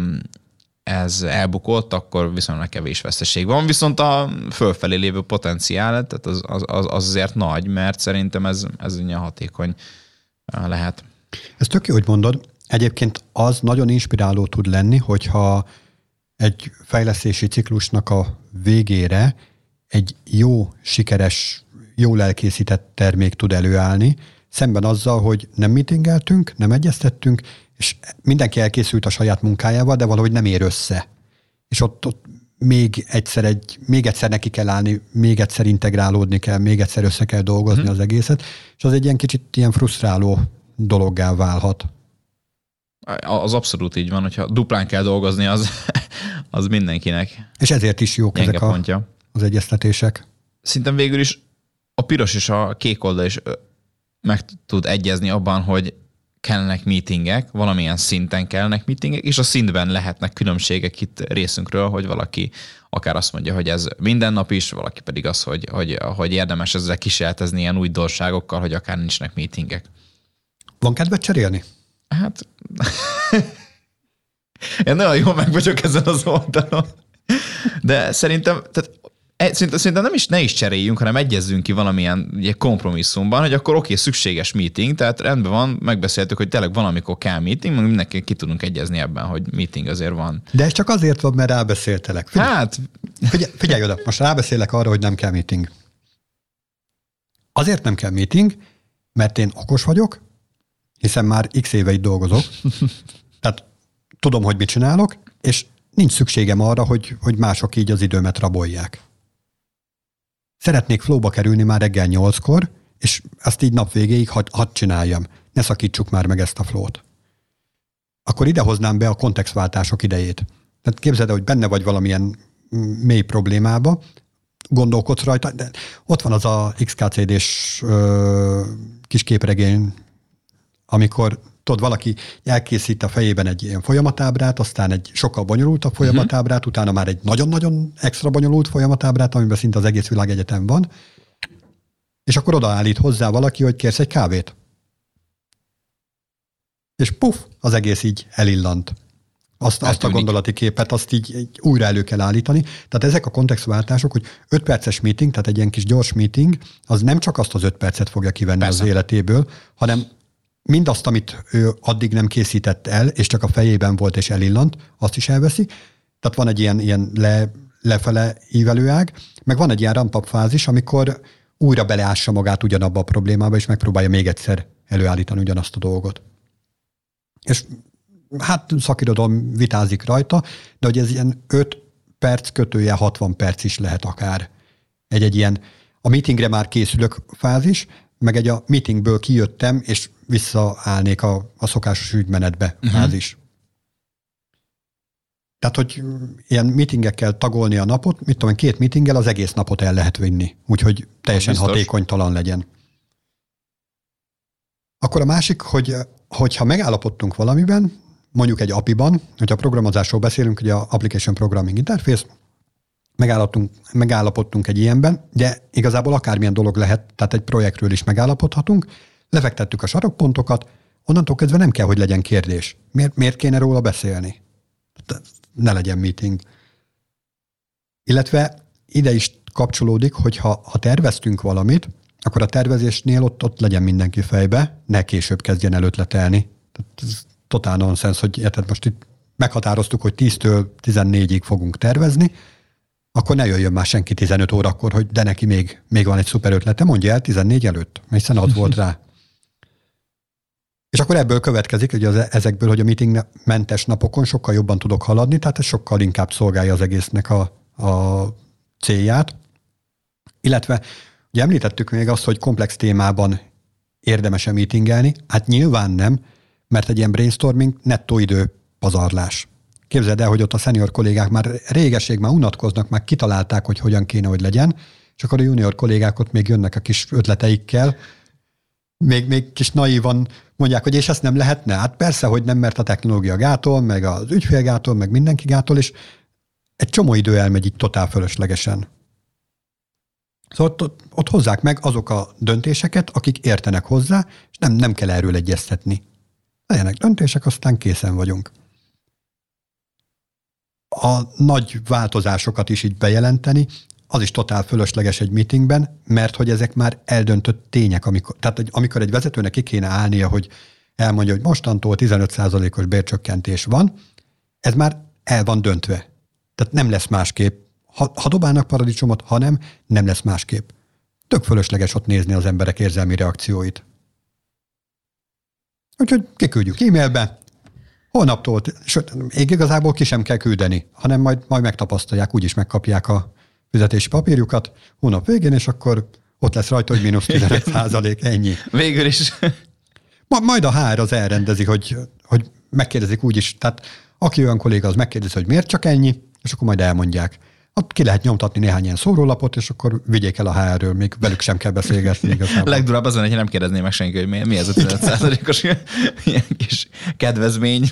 B: ez elbukott, akkor viszonylag kevés veszteség van, viszont a fölfelé lévő potenciál, tehát az, az, az azért nagy, mert szerintem ez, ez ugye hatékony lehet.
A: Ez tök jó, hogy mondod. Egyébként az nagyon inspiráló tud lenni, hogyha egy fejlesztési ciklusnak a végére egy jó, sikeres, jól elkészített termék tud előállni, szemben azzal, hogy nem meetingeltünk, nem egyeztettünk, és mindenki elkészült a saját munkájával, de valahogy nem ér össze. És ott, ott még egyszer egy, még egyszer neki kell állni, még egyszer integrálódni kell, még egyszer össze kell dolgozni hmm. az egészet, és az egy ilyen kicsit ilyen frusztráló dologgá válhat.
B: Az abszolút így van, hogyha duplán kell dolgozni, az, az mindenkinek.
A: És ezért is jók ezek a, az egyeztetések.
B: Szerintem végül is a piros és a kék oldal is meg tud egyezni abban, hogy kellenek meetingek, valamilyen szinten kellenek meetingek, és a szintben lehetnek különbségek itt részünkről, hogy valaki akár azt mondja, hogy ez minden nap is, valaki pedig az, hogy, hogy, hogy érdemes ezzel kísérletezni ilyen újdonságokkal, hogy akár nincsnek meetingek. Van
A: kedved cserélni?
B: Hát, én nagyon jól meg vagyok ezen az oldalon. De szerintem, tehát, szerintem, szerintem nem is, ne is cseréljünk, hanem egyezzünk ki valamilyen ugye, kompromisszumban, hogy akkor oké, okay, szükséges meeting, tehát rendben van, megbeszéltük, hogy tényleg valamikor kell meeting, meg mindenki ki tudunk egyezni ebben, hogy meeting azért van.
A: De ez csak azért van, mert rábeszéltelek. Figyelj,
B: hát...
A: Figyelj, figyelj oda, most rábeszélek arra, hogy nem kell meeting. Azért nem kell meeting, mert én okos vagyok, hiszen már x éve itt dolgozok, tehát tudom, hogy mit csinálok, és nincs szükségem arra, hogy, hogy mások így az időmet rabolják. Szeretnék flowba kerülni már reggel nyolckor, és azt így nap végéig hadd had csináljam. Ne szakítsuk már meg ezt a flowt. Akkor idehoznám be a kontextváltások idejét. Tehát képzeld el, hogy benne vagy valamilyen mély problémába, gondolkodsz rajta, de ott van az a iksz ká cé dés ö, kis képregény, amikor tudod, valaki elkészít a fejében egy ilyen folyamatábrát, aztán egy sokkal bonyolultabb folyamatábrát, uh-huh. utána már egy nagyon-nagyon extra bonyolult folyamatábrát, amiben szinte az egész világegyetem van, és akkor odaállít hozzá valaki, hogy kérsz egy kávét. És puf, az egész így elillant. Azt, azt a gondolati képet, azt így, így újra elő kell állítani. Tehát ezek a kontextváltások, hogy öt perces meeting, tehát egy ilyen kis gyors meeting, az nem csak azt az öt percet fogja kivenni Persze. az életéből, hanem mindazt, amit ő addig nem készített el, és csak a fejében volt és elillant, azt is elveszi. Tehát van egy ilyen, ilyen le, lefele ívelőág, meg van egy ilyen ramp-up fázis, amikor újra beleássa magát ugyanabba a problémába, és megpróbálja még egyszer előállítani ugyanazt a dolgot. És hát szakirodalom vitázik rajta, de hogy ez ilyen öt perc kötője hatvan perc is lehet akár. Egy-egy ilyen a meetingre már készülök fázis, meg egy a meetingből kijöttem, és visszaállnék a, a szokásos ügymenetbe uh-huh. fázis. Tehát, hogy ilyen meetingekkel tagolni a napot, mit tudom, két meetinggel az egész napot el lehet vinni, úgyhogy teljesen hatékonytalan legyen. Akkor a másik, hogy hogyha megállapodtunk valamiben, mondjuk egy á pé i-ban, hogyha programozásról beszélünk, ugye a Application Programming Interface, megállapodtunk, megállapodtunk egy ilyenben, de igazából akármilyen dolog lehet, tehát egy projektről is megállapodhatunk, lefektettük a sarokpontokat, onnantól kezdve nem kell, hogy legyen kérdés. Miért, miért kéne róla beszélni? Ne legyen meeting. Illetve ide is kapcsolódik, hogy ha, ha terveztünk valamit, akkor a tervezésnél ott, ott legyen mindenki fejbe, ne később kezdjen el ötletelni. Tehát ez totál nonsens, hogy érted, most itt meghatároztuk, hogy tíztől tizennégyig fogunk tervezni, akkor ne jöjjön már senki tizenöt órakor, hogy de neki még, még van egy szuper ötlete, mondja el tizennégy előtt, hiszen az volt rá. És akkor ebből következik, hogy az, ezekből, hogy a meetingmentes napokon sokkal jobban tudok haladni, tehát ez sokkal inkább szolgálja az egésznek a, a célját. Illetve ugye említettük még azt, hogy komplex témában érdemes-e meetingelni. Hát nyilván nem, mert egy ilyen brainstorming nettó idő pazarlás. Képzeld el, hogy ott a senior kollégák már régesség már unatkoznak, már kitalálták, hogy hogyan kéne, hogy legyen, és akkor a junior kollégák ott még jönnek a kis ötleteikkel, még, még kis naívan mondják, hogy és ezt nem lehetne? Hát persze, hogy nem, mert a technológia gátol, meg az ügyfél gátol, meg mindenki gátol, és egy csomó idő elmegy így totál fölöslegesen. Szóval ott, ott, ott hozzák meg azok a döntéseket, akik értenek hozzá, és nem, nem kell erről egyeztetni. Legyenek döntések, aztán készen vagyunk. A nagy változásokat is így bejelenteni, az is totál fölösleges egy meetingben, mert hogy ezek már eldöntött tények, amikor, tehát amikor egy vezetőnek ki kéne állnia, hogy elmondja, hogy mostantól tizenöt százalékos bércsökkentés van, ez már el van döntve. Tehát nem lesz másképp. Ha, ha dobálnak paradicsomot, ha nem, nem lesz másképp. Tök fölösleges ott nézni az emberek érzelmi reakcióit. Úgyhogy kiküldjük e-mailbe, holnaptól, sőt, még igazából ki sem kell küldeni, hanem majd, majd megtapasztalják, úgyis megkapják a fizetési papírjukat hónap végén, és akkor ott lesz rajta, hogy mínusz tizenöt százalék, ennyi.
B: Végül is.
A: Ma, majd a há er az elrendezi, hogy, hogy megkérdezik úgyis, tehát aki olyan kolléga, az megkérdezi, hogy miért csak ennyi, és akkor majd elmondják. Ott ki lehet nyomtatni néhány ilyen szórólapot, és akkor vigyék el a há erről, még velük sem kell beszélgetni igazából.
B: Legdurább az, hogy nem kérdezné meg senki, hogy mi, mi ez a tizenöt százalékos ilyen kis kedvezmény.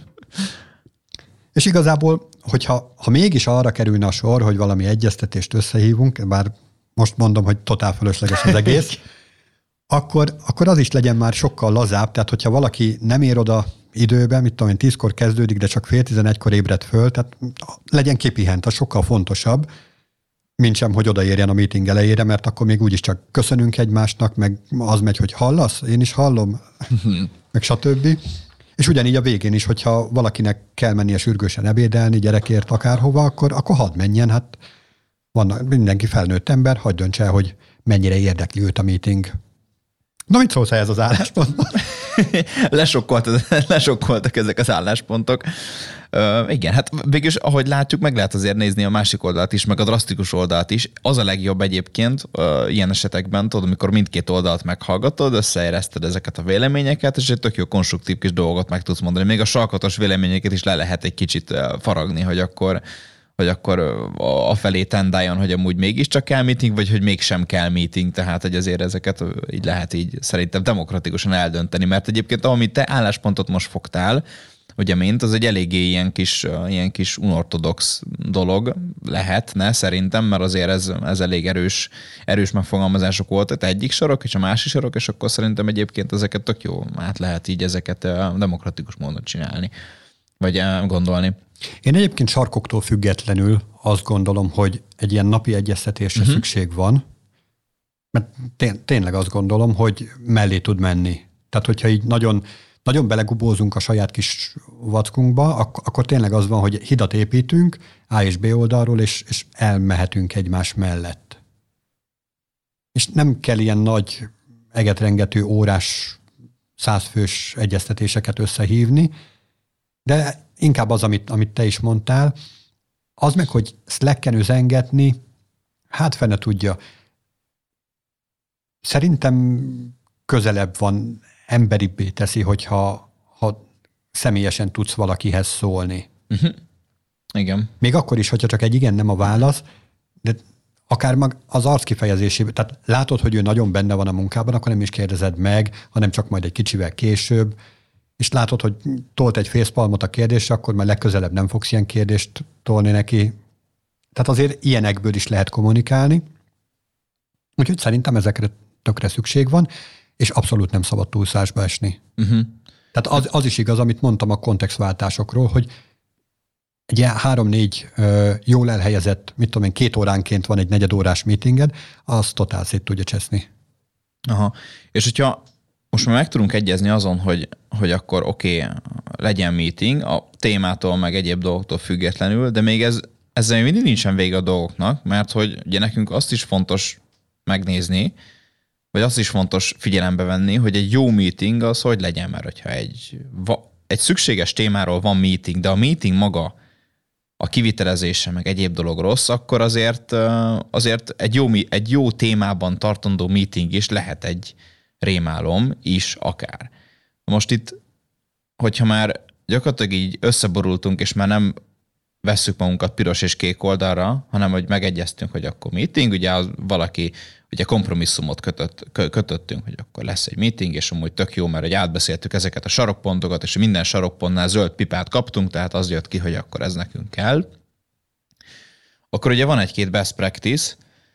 A: És igazából, hogyha ha mégis arra kerülne a sor, hogy valami egyeztetést összehívunk, bár most mondom, hogy totál fölösleges az egész, akkor, akkor az is legyen már sokkal lazább, tehát hogyha valaki nem ér oda időben, mit tudom én, tízkor kezdődik, de csak fél tizenegykor ébred föl, tehát legyen kipihent, az sokkal fontosabb, mint sem, hogy odaérjen a meeting elejére, mert akkor még úgyis csak köszönünk egymásnak, meg az megy, hogy hallasz, én is hallom, meg stb. És ugyanígy a végén is, hogyha valakinek kell mennie sürgősen ebédelni, gyerekért akárhova, akkor, akkor hadd menjen, hát vannak, mindenki felnőtt ember, hadd döntse el, hogy mennyire érdekli őt a meeting. Na, mit szólsz ez az álláspontban?
B: Lesokkoltak, lesokkoltak ezek az álláspontok. Uh, igen, hát végülis, ahogy látjuk, meg lehet azért nézni a másik oldalt is, meg a drasztikus oldalt is. Az a legjobb egyébként uh, ilyen esetekben, tudod, amikor mindkét oldalt meghallgatod, összeérezted ezeket a véleményeket, és egy tök jó konstruktív kis dolgot meg tudsz mondani. Még a sarkatos véleményeket is le lehet egy kicsit uh, faragni, hogy akkor hogy akkor a felé tendáljon, hogy amúgy mégiscsak kell meeting, vagy hogy mégsem kell meeting, tehát hogy azért ezeket így lehet így szerintem demokratikusan eldönteni, mert egyébként amit te álláspontot most fogtál, ugye mint, az egy eléggé ilyen kis, ilyen kis unortodox dolog lehetne szerintem, mert azért ez, ez elég erős, erős megfogalmazások voltak, egyik sorok és a másik sorok, és akkor szerintem egyébként ezeket tök jó át lehet így ezeket demokratikus módon csinálni. Vagy gondolni.
A: Én egyébként sarkoktól függetlenül azt gondolom, hogy egy ilyen napi egyeztetésre uh-huh. szükség van, mert té- tényleg azt gondolom, hogy mellé tud menni. Tehát, hogyha így nagyon, nagyon belegubózunk a saját kis vackunkba, ak- akkor tényleg az van, hogy hidat építünk A és B oldalról, és, és elmehetünk egymás mellett. És nem kell ilyen nagy egetrengető órás, százfős egyeztetéseket összehívni, de inkább az, amit, amit te is mondtál, az meg, hogy Slacken üzengetni, hát fene tudja. Szerintem közelebb van, emberibbé teszi, hogyha ha személyesen tudsz valakihez szólni.
B: Uh-huh. Igen.
A: Még akkor is, hogyha csak egy igen, nem a válasz, de akár mag az arc kifejezésében, tehát látod, hogy ő nagyon benne van a munkában, akkor nem is kérdezed meg, hanem csak majd egy kicsivel később, és látod, hogy tolt egy fészpalmot a kérdésre, akkor már legközelebb nem fogsz ilyen kérdést tolni neki. Tehát azért ilyenekből is lehet kommunikálni. Úgyhogy szerintem ezekre tökre szükség van, és abszolút nem szabad túlszásba esni. Uh-huh. Tehát az, az is igaz, amit mondtam a kontextváltásokról, hogy egy ilyen három-négy ö, jól elhelyezett, mit tudom én, két óránként van egy negyedórás meetinged, az totál szét tudja cseszni.
B: Aha. És hogyha most már meg tudunk egyezni azon, hogy, hogy akkor oké, okay, legyen meeting, a témától meg egyéb dolgoktól függetlenül, de még ez, ezzel mindig nincsen vége a dolgoknak, mert hogy ugye nekünk azt is fontos megnézni, vagy azt is fontos figyelembe venni, hogy egy jó meeting az hogy legyen, mert hogyha egy, egy szükséges témáról van meeting, de a meeting maga a kivitelezése, meg egyéb dolog rossz, akkor azért, azért egy, jó, egy jó témában tartandó meeting is lehet egy rémálom is akár. Most itt, hogyha már gyakorlatilag így összeborultunk, és már nem vesszük magunkat piros és kék oldalra, hanem hogy megegyeztünk, hogy akkor meeting, ugye az valaki, ugye kompromisszumot kötött, kötöttünk, hogy akkor lesz egy meeting, és amúgy tök jó, mert hogy átbeszéltük ezeket a sarokpontokat, és minden sarokpontnál zöld pipát kaptunk, tehát az jött ki, hogy akkor ez nekünk kell. Akkor ugye van egy-két best practice,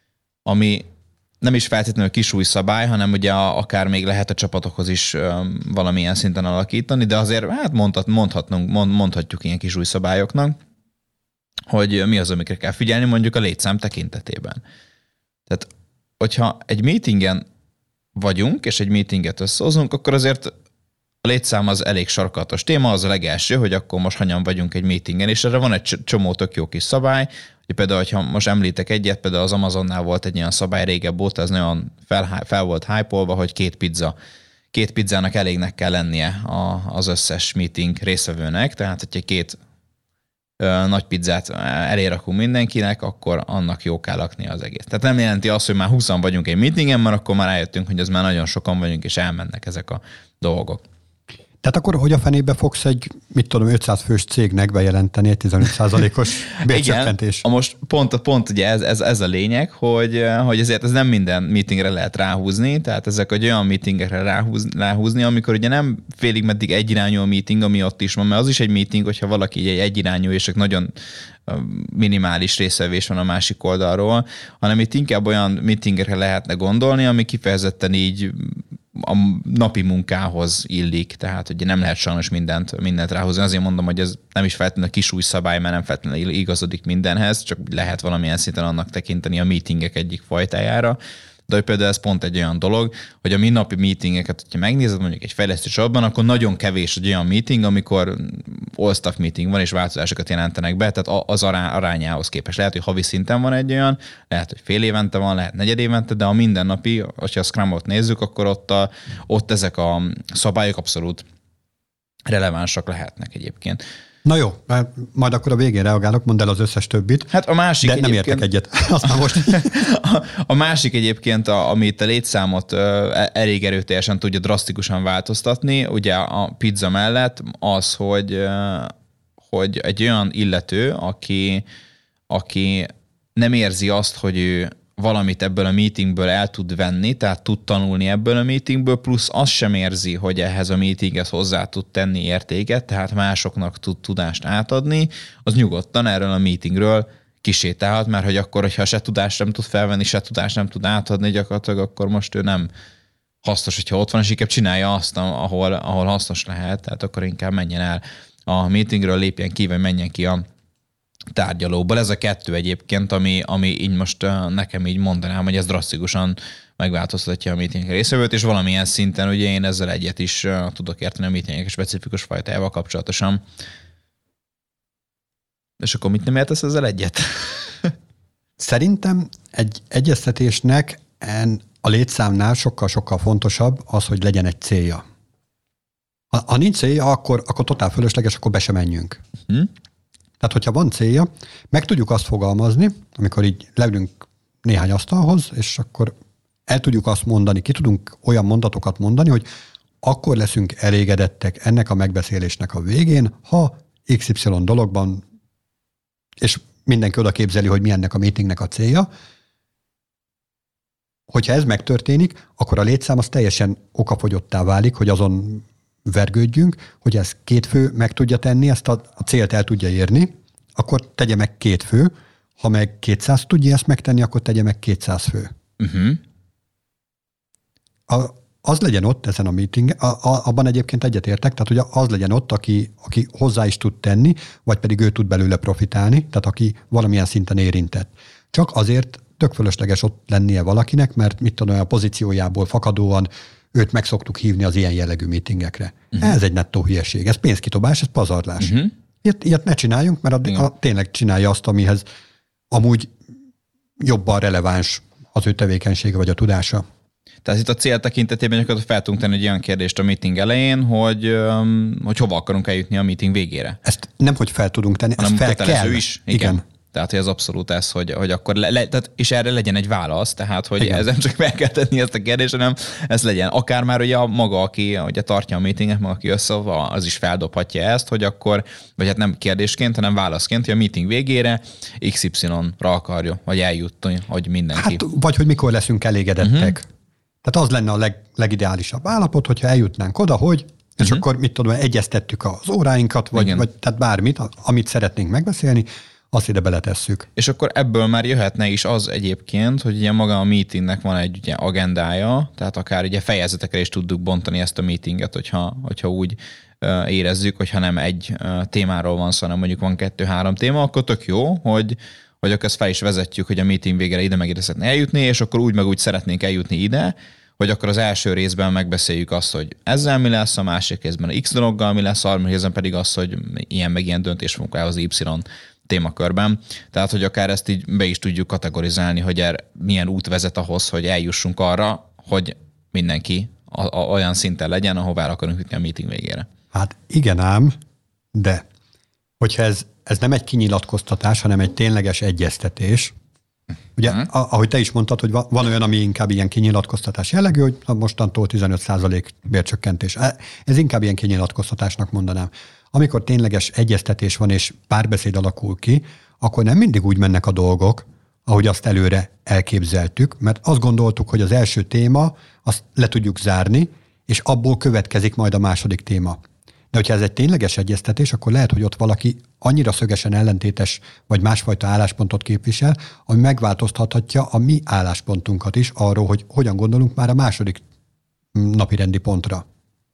B: ami nem is feltétlenül kisúly szabály, hanem ugye akár még lehet a csapatokhoz is valamilyen szinten alakítani, de azért hát mondhat, mondhatnunk, mond, mondhatjuk ilyen kisúly szabályoknak, hogy mi az, amikre kell figyelni mondjuk a létszám tekintetében. Tehát, hogyha egy meetingen vagyunk, és egy meetinget összehozunk, akkor azért a létszám az elég sarkalatos téma, az a legelső, hogy akkor most hanyan vagyunk egy meetingen, és erre van egy csomó tök jó kis szabály, hogy például, ha most említek egyet, például az Amazonnál volt egy olyan szabály régebb óta, ez nagyon fel, fel volt hype-olva, hogy két pizza, két pizzának elégnek kell lennie a, az összes meeting részvevőnek, tehát hogyha két ö, nagy pizzát elérakunk mindenkinek, akkor annak jó kell lakni az egész. Tehát nem jelenti azt, hogy már húszan vagyunk egy meetingen, mert akkor már rájöttünk, hogy az már nagyon sokan vagyunk, és elmennek ezek a dolgok.
A: Tehát akkor hogy a fenébe fogsz egy, mit tudom, ötszáz fős cégnek bejelenteni egy tizenöt százalékos bércsökkentés?
B: Igen, most pont, pont ugye ez, ez, ez a lényeg, hogy, hogy ezért ez nem minden meetingre lehet ráhúzni, tehát ezek egy olyan meetingekre ráhúz, ráhúzni, amikor ugye nem félig meddig egyirányú a meeting, ami ott is van, mert az is egy meeting, hogyha valaki egy egyirányú, és csak nagyon minimális részvevés van a másik oldalról, hanem itt inkább olyan meetingekre lehetne gondolni, ami kifejezetten így a napi munkához illik, tehát ugye nem lehet sajnos mindent, mindent ráhozni. Azért mondom, hogy ez nem is feltétlenül a kisúly szabály, mert nem feltétlenül igazodik mindenhez, csak lehet valamilyen szinten annak tekinteni a meetingek egyik fajtájára. De hogy például ez pont egy olyan dolog, hogy a mi napi meetingeket, hogyha megnézed mondjuk egy fejlesztő csapatban, akkor nagyon kevés egy olyan meeting, amikor all-staff meeting van, és változásokat jelentenek be, tehát az arányához képest. Lehet, hogy havi szinten van egy olyan, lehet, hogy fél évente van, lehet negyed évente, de a mindennapi, hogyha a Scrumot nézzük, akkor ott, a, ott ezek a szabályok abszolút relevánsak lehetnek egyébként.
A: Na jó, majd akkor a végén reagálok, mondd el az összes többit.
B: Hát a másik
A: de nem értek egyet. Azt már most.
B: a, a másik egyébként, a, amit a létszámot uh, elég erőteljesen tudja drasztikusan változtatni, ugye a pizza mellett az, hogy, uh, hogy egy olyan illető, aki, aki nem érzi azt, hogy ő valamit ebből a meetingből el tud venni, tehát tud tanulni ebből a meetingből, plusz azt sem érzi, hogy ehhez a meetinghez hozzá tud tenni értéket, tehát másoknak tud tudást átadni, az nyugodtan erről a meetingről kisétálhat, mert hogy akkor, hogyha se tudást nem tud felvenni, se tudást nem tud átadni gyakorlatilag, akkor most ő nem hasznos, hogyha ott van, és inkább csinálja azt, ahol, ahol hasznos lehet, tehát akkor inkább menjen el. a meetingről, lépjen ki, vagy menjen ki a tárgyalóból. Ez a kettő egyébként, ami, ami így most nekem így mondanám, hogy ez drasztikusan megváltoztatja a meeting részvevőt, és valamilyen szinten ugye én ezzel egyet is tudok érteni a meetingek specifikus fajtájával kapcsolatosan. És akkor mit nem értesz ezzel egyet?
A: Szerintem egy egyeztetésnek a létszámnál sokkal-sokkal fontosabb az, hogy legyen egy célja. Ha, ha nincs célja, akkor, akkor totál fölösleges, akkor be se menjünk. Hmm? Tehát, hogyha van célja, meg tudjuk azt fogalmazni, amikor így leülünk néhány asztalhoz, és akkor el tudjuk azt mondani, ki tudunk olyan mondatokat mondani, hogy akkor leszünk elégedettek ennek a megbeszélésnek a végén, ha iksz ipszilon dologban, és mindenki oda képzeli, hogy mi ennek a meetingnek a célja. Hogyha ez megtörténik, akkor a létszám az teljesen okafogyottá válik, hogy azon vergődjünk, hogy ez két fő meg tudja tenni, ezt a, a célt el tudja érni, akkor tegye meg két fő, ha meg kétszáz tudja ezt megtenni, akkor tegye meg kétszáz fő. Uh-huh. A, az legyen ott ezen a meetingen, a, a, abban egyébként egyetértek, tehát hogy az legyen ott, aki, aki hozzá is tud tenni, vagy pedig ő tud belőle profitálni, tehát aki valamilyen szinten érintett. Csak azért tök fölösleges ott lennie valakinek, mert mit tudom, a pozíciójából fakadóan őt meg szoktuk hívni az ilyen jellegű meetingekre. Uh-huh. Ez egy nettó hülyeség, ez pénzkidobás, ez pazarlás. Uh-huh. Ilyet, ilyet ne csináljunk, mert a, a, tényleg csinálja azt, amihez amúgy jobban releváns az ő tevékenysége vagy a tudása.
B: Tehát itt a cél tekintetében gyakorlatilag fel tudunk tenni egy olyan kérdést a meeting elején, hogy, hogy hova akarunk eljutni a meeting végére.
A: Ezt nem, hogy fel tudunk tenni, ezt fel kell.
B: Is. Igen. Igen. Tehát, hogy ez abszolút ez, hogy, hogy akkor, le, le, tehát, és erre legyen egy válasz, tehát, hogy igen. Ez nem csak fel kell tenni ezt a kérdést, hanem ez legyen. Akár már ugye a maga, aki ugye tartja a meetinget, maga, aki össze, az is feldobhatja ezt, hogy akkor, vagy hát nem kérdésként, hanem válaszként, hogy a meeting végére iksz ipszilonra akarja, vagy eljutni, hogy mindenki.
A: Hát, vagy hogy mikor leszünk elégedettek. Uh-huh. Tehát az lenne a leg, legideálisabb állapot, hogyha eljutnánk oda, hogy, és uh-huh. akkor mit tudom, egyeztettük az óráinkat, vagy, vagy tehát bármit, amit szeretnénk megbeszélni, azt ide beletesszük.
B: És akkor ebből már jöhetne is az egyébként, hogy ugye maga a meetingnek van egy ugye agendája, tehát akár ugye fejezetekre is tudjuk bontani ezt a meetinget, hogyha, hogyha úgy uh, érezzük, hogyha nem egy uh, témáról van szó, hanem mondjuk van kettő-három téma, akkor tök jó, hogy hogy akkor ezt fel is vezetjük, hogy a meeting végére ide meg ide szeretnénk eljutni, és akkor úgy meg úgy szeretnénk eljutni ide, hogy akkor az első részben megbeszéljük azt, hogy ezzel mi lesz, a másik részben a X dologgal mi lesz, a harmadik részben pedig az, hogy ilyen meg ilyen döntés fogunk el az Y témakörben. Tehát, hogy akár ezt így be is tudjuk kategorizálni, hogy er, milyen út vezet ahhoz, hogy eljussunk arra, hogy mindenki a, a, olyan szinten legyen, ahová akarunk jutni a meeting végére.
A: Hát igen ám, de hogyha ez Ez nem egy kinyilatkoztatás, hanem egy tényleges egyeztetés. Ugye, uh-huh. ahogy te is mondtad, hogy van olyan, ami inkább ilyen kinyilatkoztatás jellegű, hogy mostantól tizenöt százalék bércsökkentés. Ez inkább ilyen kinyilatkoztatásnak mondanám. Amikor tényleges egyeztetés van és párbeszéd alakul ki, akkor nem mindig úgy mennek a dolgok, ahogy azt előre elképzeltük, mert azt gondoltuk, hogy az első téma, azt le tudjuk zárni, és abból következik majd a második téma. De hogyha ez egy tényleges egyeztetés, akkor lehet, hogy ott valaki annyira szögesen ellentétes, vagy másfajta álláspontot képvisel, ami megváltoztathatja a mi álláspontunkat is arról, hogy hogyan gondolunk már a második napirendi pontra.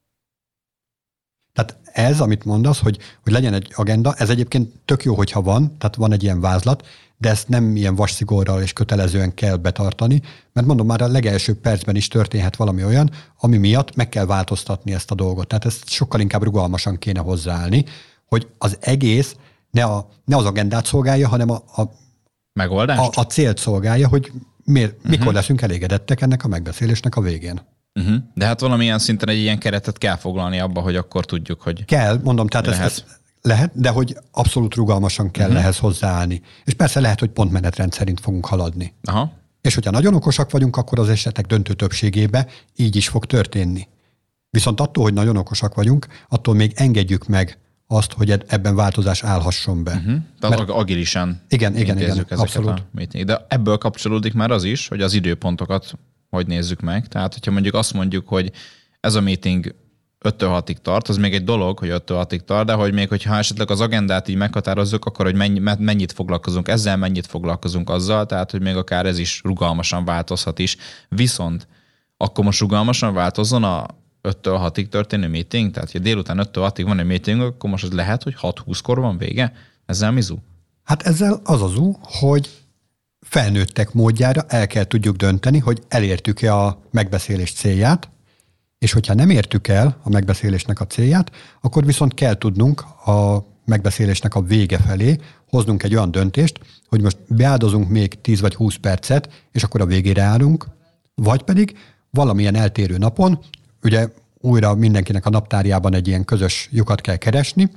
A: Tehát ez, amit mondasz, hogy, hogy legyen egy agenda, ez egyébként tök jó, hogyha van, tehát van egy ilyen vázlat, de ezt nem ilyen vasszigorral és kötelezően kell betartani, mert mondom, már a legelső percben is történhet valami olyan, ami miatt meg kell változtatni ezt a dolgot. Tehát ezt sokkal inkább rugalmasan kéne hozzáállni, hogy az egész ne, a, ne az agendát szolgálja, hanem a, a,
B: megoldást?
A: A, a célt szolgálja, hogy miért, uh-huh. mikor leszünk elégedettek ennek a megbeszélésnek a végén.
B: Uh-huh. De hát valamilyen szinten egy ilyen keretet kell foglalni abba, hogy akkor tudjuk, hogy...
A: Kell, mondom, tehát ezt, ezt lehet, de hogy abszolút rugalmasan kell uh-huh. ehhez hozzáállni. És persze lehet, hogy pontmenetrend szerint fogunk haladni.
B: Aha.
A: És hogyha nagyon okosak vagyunk, akkor az esetek döntő többségében így is fog történni. Viszont attól, hogy nagyon okosak vagyunk, attól még engedjük meg azt, hogy ebben változás állhasson be. Uh-huh.
B: Tehát Mert, agilisan
A: igen, igen, igen, abszolút.
B: A de ebből kapcsolódik már az is, hogy az időpontokat hogy nézzük meg. Tehát, hogyha mondjuk azt mondjuk, hogy ez a meeting öttől hatig tart, az még egy dolog, hogy öttől hatig tart, de hogy még hogyha esetleg az agendát így meghatározzuk, akkor hogy mennyi, mennyit foglalkozunk ezzel, mennyit foglalkozunk azzal, tehát hogy még akár ez is rugalmasan változhat is. Viszont akkor most rugalmasan változzon a öttől hatig történő meeting, tehát ha délután öttől hatig van egy meeting, akkor most az lehet, hogy hat-húszkor van vége? Ezzel mizu?
A: Hát ezzel az az ú, hogy felnőttek módjára el kell tudjuk dönteni, hogy elértük-e a megbeszélés célját, és hogyha nem értük el a megbeszélésnek a célját, akkor viszont kell tudnunk a megbeszélésnek a vége felé hoznunk egy olyan döntést, hogy most beáldozunk még tíz vagy húsz percet, és akkor a végére állunk, vagy pedig valamilyen eltérő napon, ugye újra mindenkinek a naptárjában egy ilyen közös lyukat kell keresni,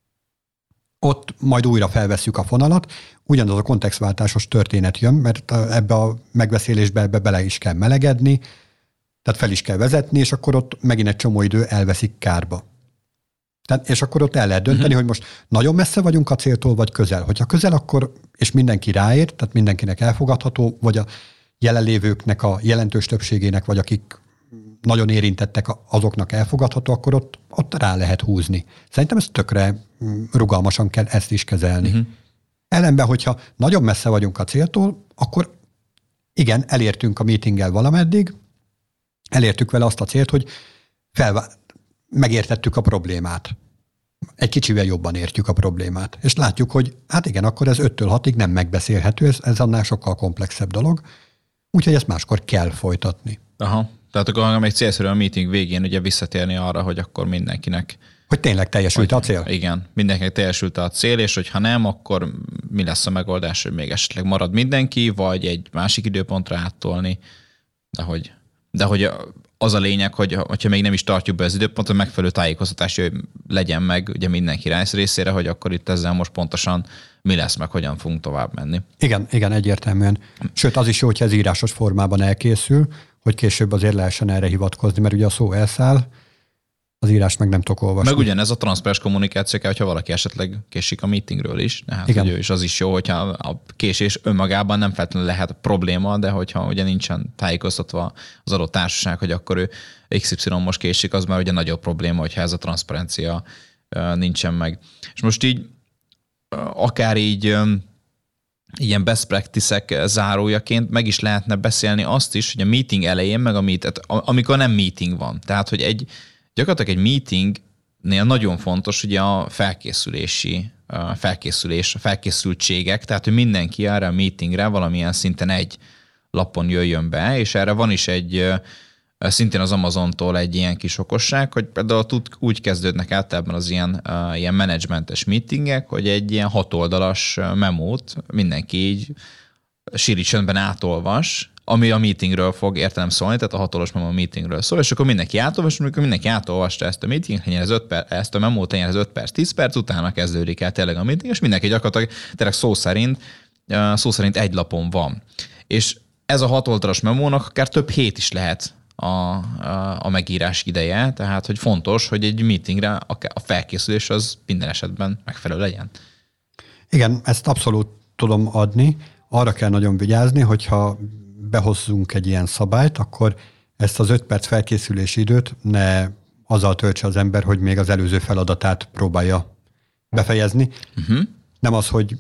A: ott majd újra felvesszük a fonalat, ugyanaz a kontextváltásos történet jön, mert ebbe a megbeszélésbe ebbe bele is kell melegedni, tehát fel is kell vezetni, és akkor ott megint egy csomó idő elveszik kárba. Tehát, és akkor ott el lehet dönteni, uh-huh. hogy most nagyon messze vagyunk a céltól, vagy közel. Hogyha közel, akkor, és mindenki ráér, tehát mindenkinek elfogadható, vagy a jelenlévőknek a jelentős többségének, vagy akik nagyon érintettek, azoknak elfogadható, akkor ott, ott rá lehet húzni. Szerintem ez tökre rugalmasan kell ezt is kezelni. Uh-huh. Ellenben, hogyha nagyon messze vagyunk a céltól, akkor igen, elértünk a meetinggel valameddig, elértük vele azt a célt, hogy felvá- megértettük a problémát. Egy kicsivel jobban értjük a problémát. És látjuk, hogy hát igen, akkor ez öttől hatig nem megbeszélhető, ez, ez annál sokkal komplexebb dolog, úgyhogy ezt máskor kell folytatni.
B: Aha. Tehát akkor még célszerű a meeting végén ugye visszatérni arra, hogy akkor mindenkinek...
A: Hogy tényleg teljesült
B: hogy,
A: a cél?
B: Igen, mindenkinek teljesült a cél, és hogyha nem, akkor mi lesz a megoldás, hogy még esetleg marad mindenki, vagy egy másik időpontra áttolni. De hogy, de hogy az a lényeg, hogy hogyha még nem is tartjuk be az időpontot, megfelelő tájékoztatás hogy legyen meg ugye mindenki részére, hogy akkor itt ezzel most pontosan mi lesz, meg hogyan fogunk tovább menni.
A: Igen, igen, egyértelműen. Sőt, az is jó, hogyha ez írásos formában elkészül, hogy később azért lehessen erre hivatkozni, mert ugye a szó elszáll, az írás meg nem tudok olvasni.
B: Meg ugyanez a transzparens kommunikáció kell, hogyha valaki esetleg késik a meetingről is. Hát igen. Ugye, és az is jó, hogyha a késés önmagában nem feltétlenül lehet probléma, de hogyha ugye nincsen tájékoztatva az adott társaság, hogy akkor ő iksz ipszilon most késik, az már ugye nagyobb probléma, hogyha ez a transzparencia nincsen meg. És most így akár így ilyen best practice-ek zárójaként meg is lehetne beszélni azt is, hogy a meeting elején, meg a meet, amikor nem meeting van. Tehát, hogy egy gyakorlatilag egy meetingnél nagyon fontos ugye a felkészülési, a felkészülés, a felkészültségek, tehát, hogy mindenki erre a meetingre valamilyen szinten egy lapon jöjjön be, és erre van is egy, szintén az Amazontól egy ilyen kis okosság, hogy például tud, úgy kezdődnek általában az ilyen, uh, ilyen menedzsmentes meetingek, hogy egy ilyen hatoldalas memót mindenki így síri csöndben átolvas, ami a meetingről fog értelem szólni, tehát a hatolos memó a meetingről szól, és akkor mindenki átolvas, amikor mindenki átolvasta ezt a meeting, ez öt perc, ezt a memót, ez öt perc, tíz perc, utána kezdődik el tényleg a meeting, és mindenki gyakorlatilag tényleg szó szerint, szó szerint egy lapon van. És ez a hatoldalas memónak akár több hét is lehet a, a, a megírás ideje, tehát hogy fontos, hogy egy meetingre a felkészülés az minden esetben megfelelő legyen.
A: Igen, ezt abszolút tudom adni. Arra kell nagyon vigyázni, hogyha behozzunk egy ilyen szabályt, akkor ezt az öt perc felkészülési időt ne azzal töltse az ember, hogy még az előző feladatát próbálja befejezni. Uh-huh. Nem az, hogy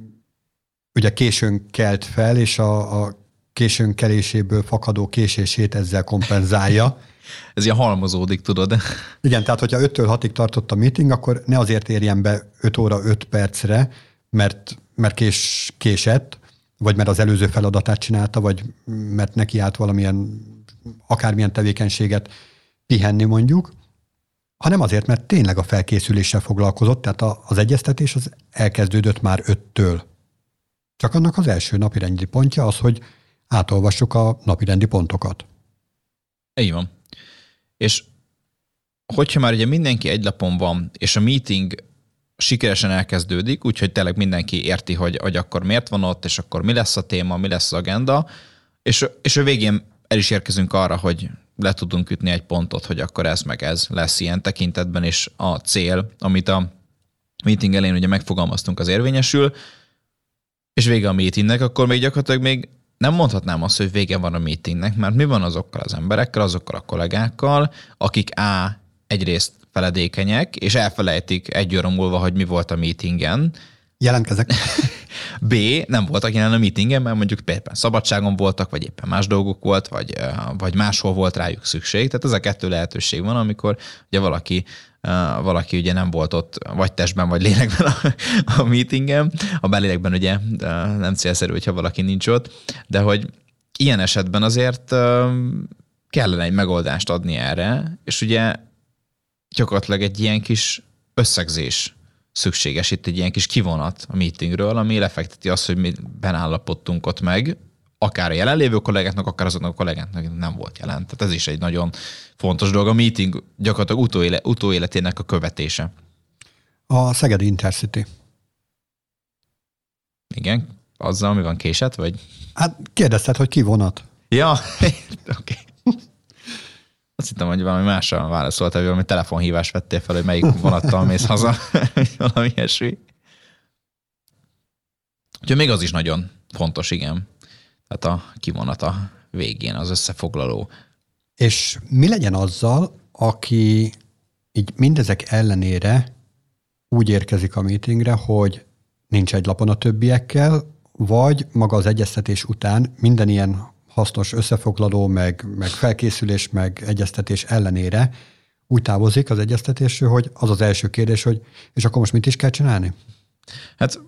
A: ugye későn kelt fel, és a, a későn keléséből fakadó késését ezzel kompenzálja.
B: Ez ilyen halmozódik, tudod?
A: Igen, tehát hogyha öttől hatig tartott a meeting, akkor ne azért érjen be öt óra öt percre, mert, mert kés, késett, vagy mert az előző feladatát csinálta, vagy mert neki állt valamilyen, akármilyen tevékenységet pihenni mondjuk, hanem azért, mert tényleg a felkészüléssel foglalkozott, tehát az egyeztetés az elkezdődött már öttől. Csak annak az első napirendi pontja az, hogy átolvassuk a napirendi pontokat.
B: Így van. És hogyha már ugye mindenki egy lapon van, és a meeting sikeresen elkezdődik, úgyhogy tényleg mindenki érti, hogy, hogy akkor miért van ott, és akkor mi lesz a téma, mi lesz az agenda, és, és a végén el is érkezünk arra, hogy le tudunk ütni egy pontot, hogy akkor ez meg ez lesz ilyen tekintetben, és a cél, amit a meeting elején ugye megfogalmaztunk, az érvényesül, és vége a meetingnek, akkor még gyakorlatilag még nem mondhatnám azt, hogy vége van a meetingnek, mert mi van azokkal az emberekkel, azokkal a kollégákkal, akik A, egyrészt feledékenyek, és elfelejtik egy óra múlva, hogy mi volt a meetingen.
A: Jelentkezek.
B: B, nem voltak jelen a meetingen, mert mondjuk éppen szabadságon voltak, vagy éppen más dolgok volt, vagy, vagy máshol volt rájuk szükség. Tehát ez a kettő lehetőség van, amikor ugye valaki, valaki ugye nem volt ott, vagy testben, vagy lélekben a, a meetingen. A belélekben ugye nem célszerű, hogyha valaki nincs ott, de hogy ilyen esetben azért kellene egy megoldást adni erre, és ugye gyakorlatilag egy ilyen kis összegzés szükséges, itt egy ilyen kis kivonat a meetingről, ami lefekteti azt, hogy mi állapodtunk ott meg, akár a jelenlévő kollégáknak, akár azoknak a kollégáknak nem volt jelen. Tehát ez is egy nagyon fontos dolog. A meeting gyakorlatilag utóéle, utóéletének a követése.
A: A Szegedi Intercity.
B: Igen? Azzal mi van, késett, vagy?
A: Hát kérdezted, hogy ki vonat?
B: Ja, oké. Okay. Azt hittem, hogy valami másra válaszoltál, hogy valami telefonhívást vettél fel, hogy melyik vonattal mész haza, valami ilyesmi. Úgyhogy még az is nagyon fontos, igen. Tehát a kivonat a végén, az összefoglaló.
A: És mi legyen azzal, aki így mindezek ellenére úgy érkezik a meetingre, hogy nincs egy lapon a többiekkel, vagy maga az egyeztetés után minden ilyen hasznos összefoglaló, meg, meg felkészülés, meg egyeztetés ellenére úgy távozik az egyeztetésről, hogy az az első kérdés, hogy és akkor most mit is kell csinálni?
B: Hát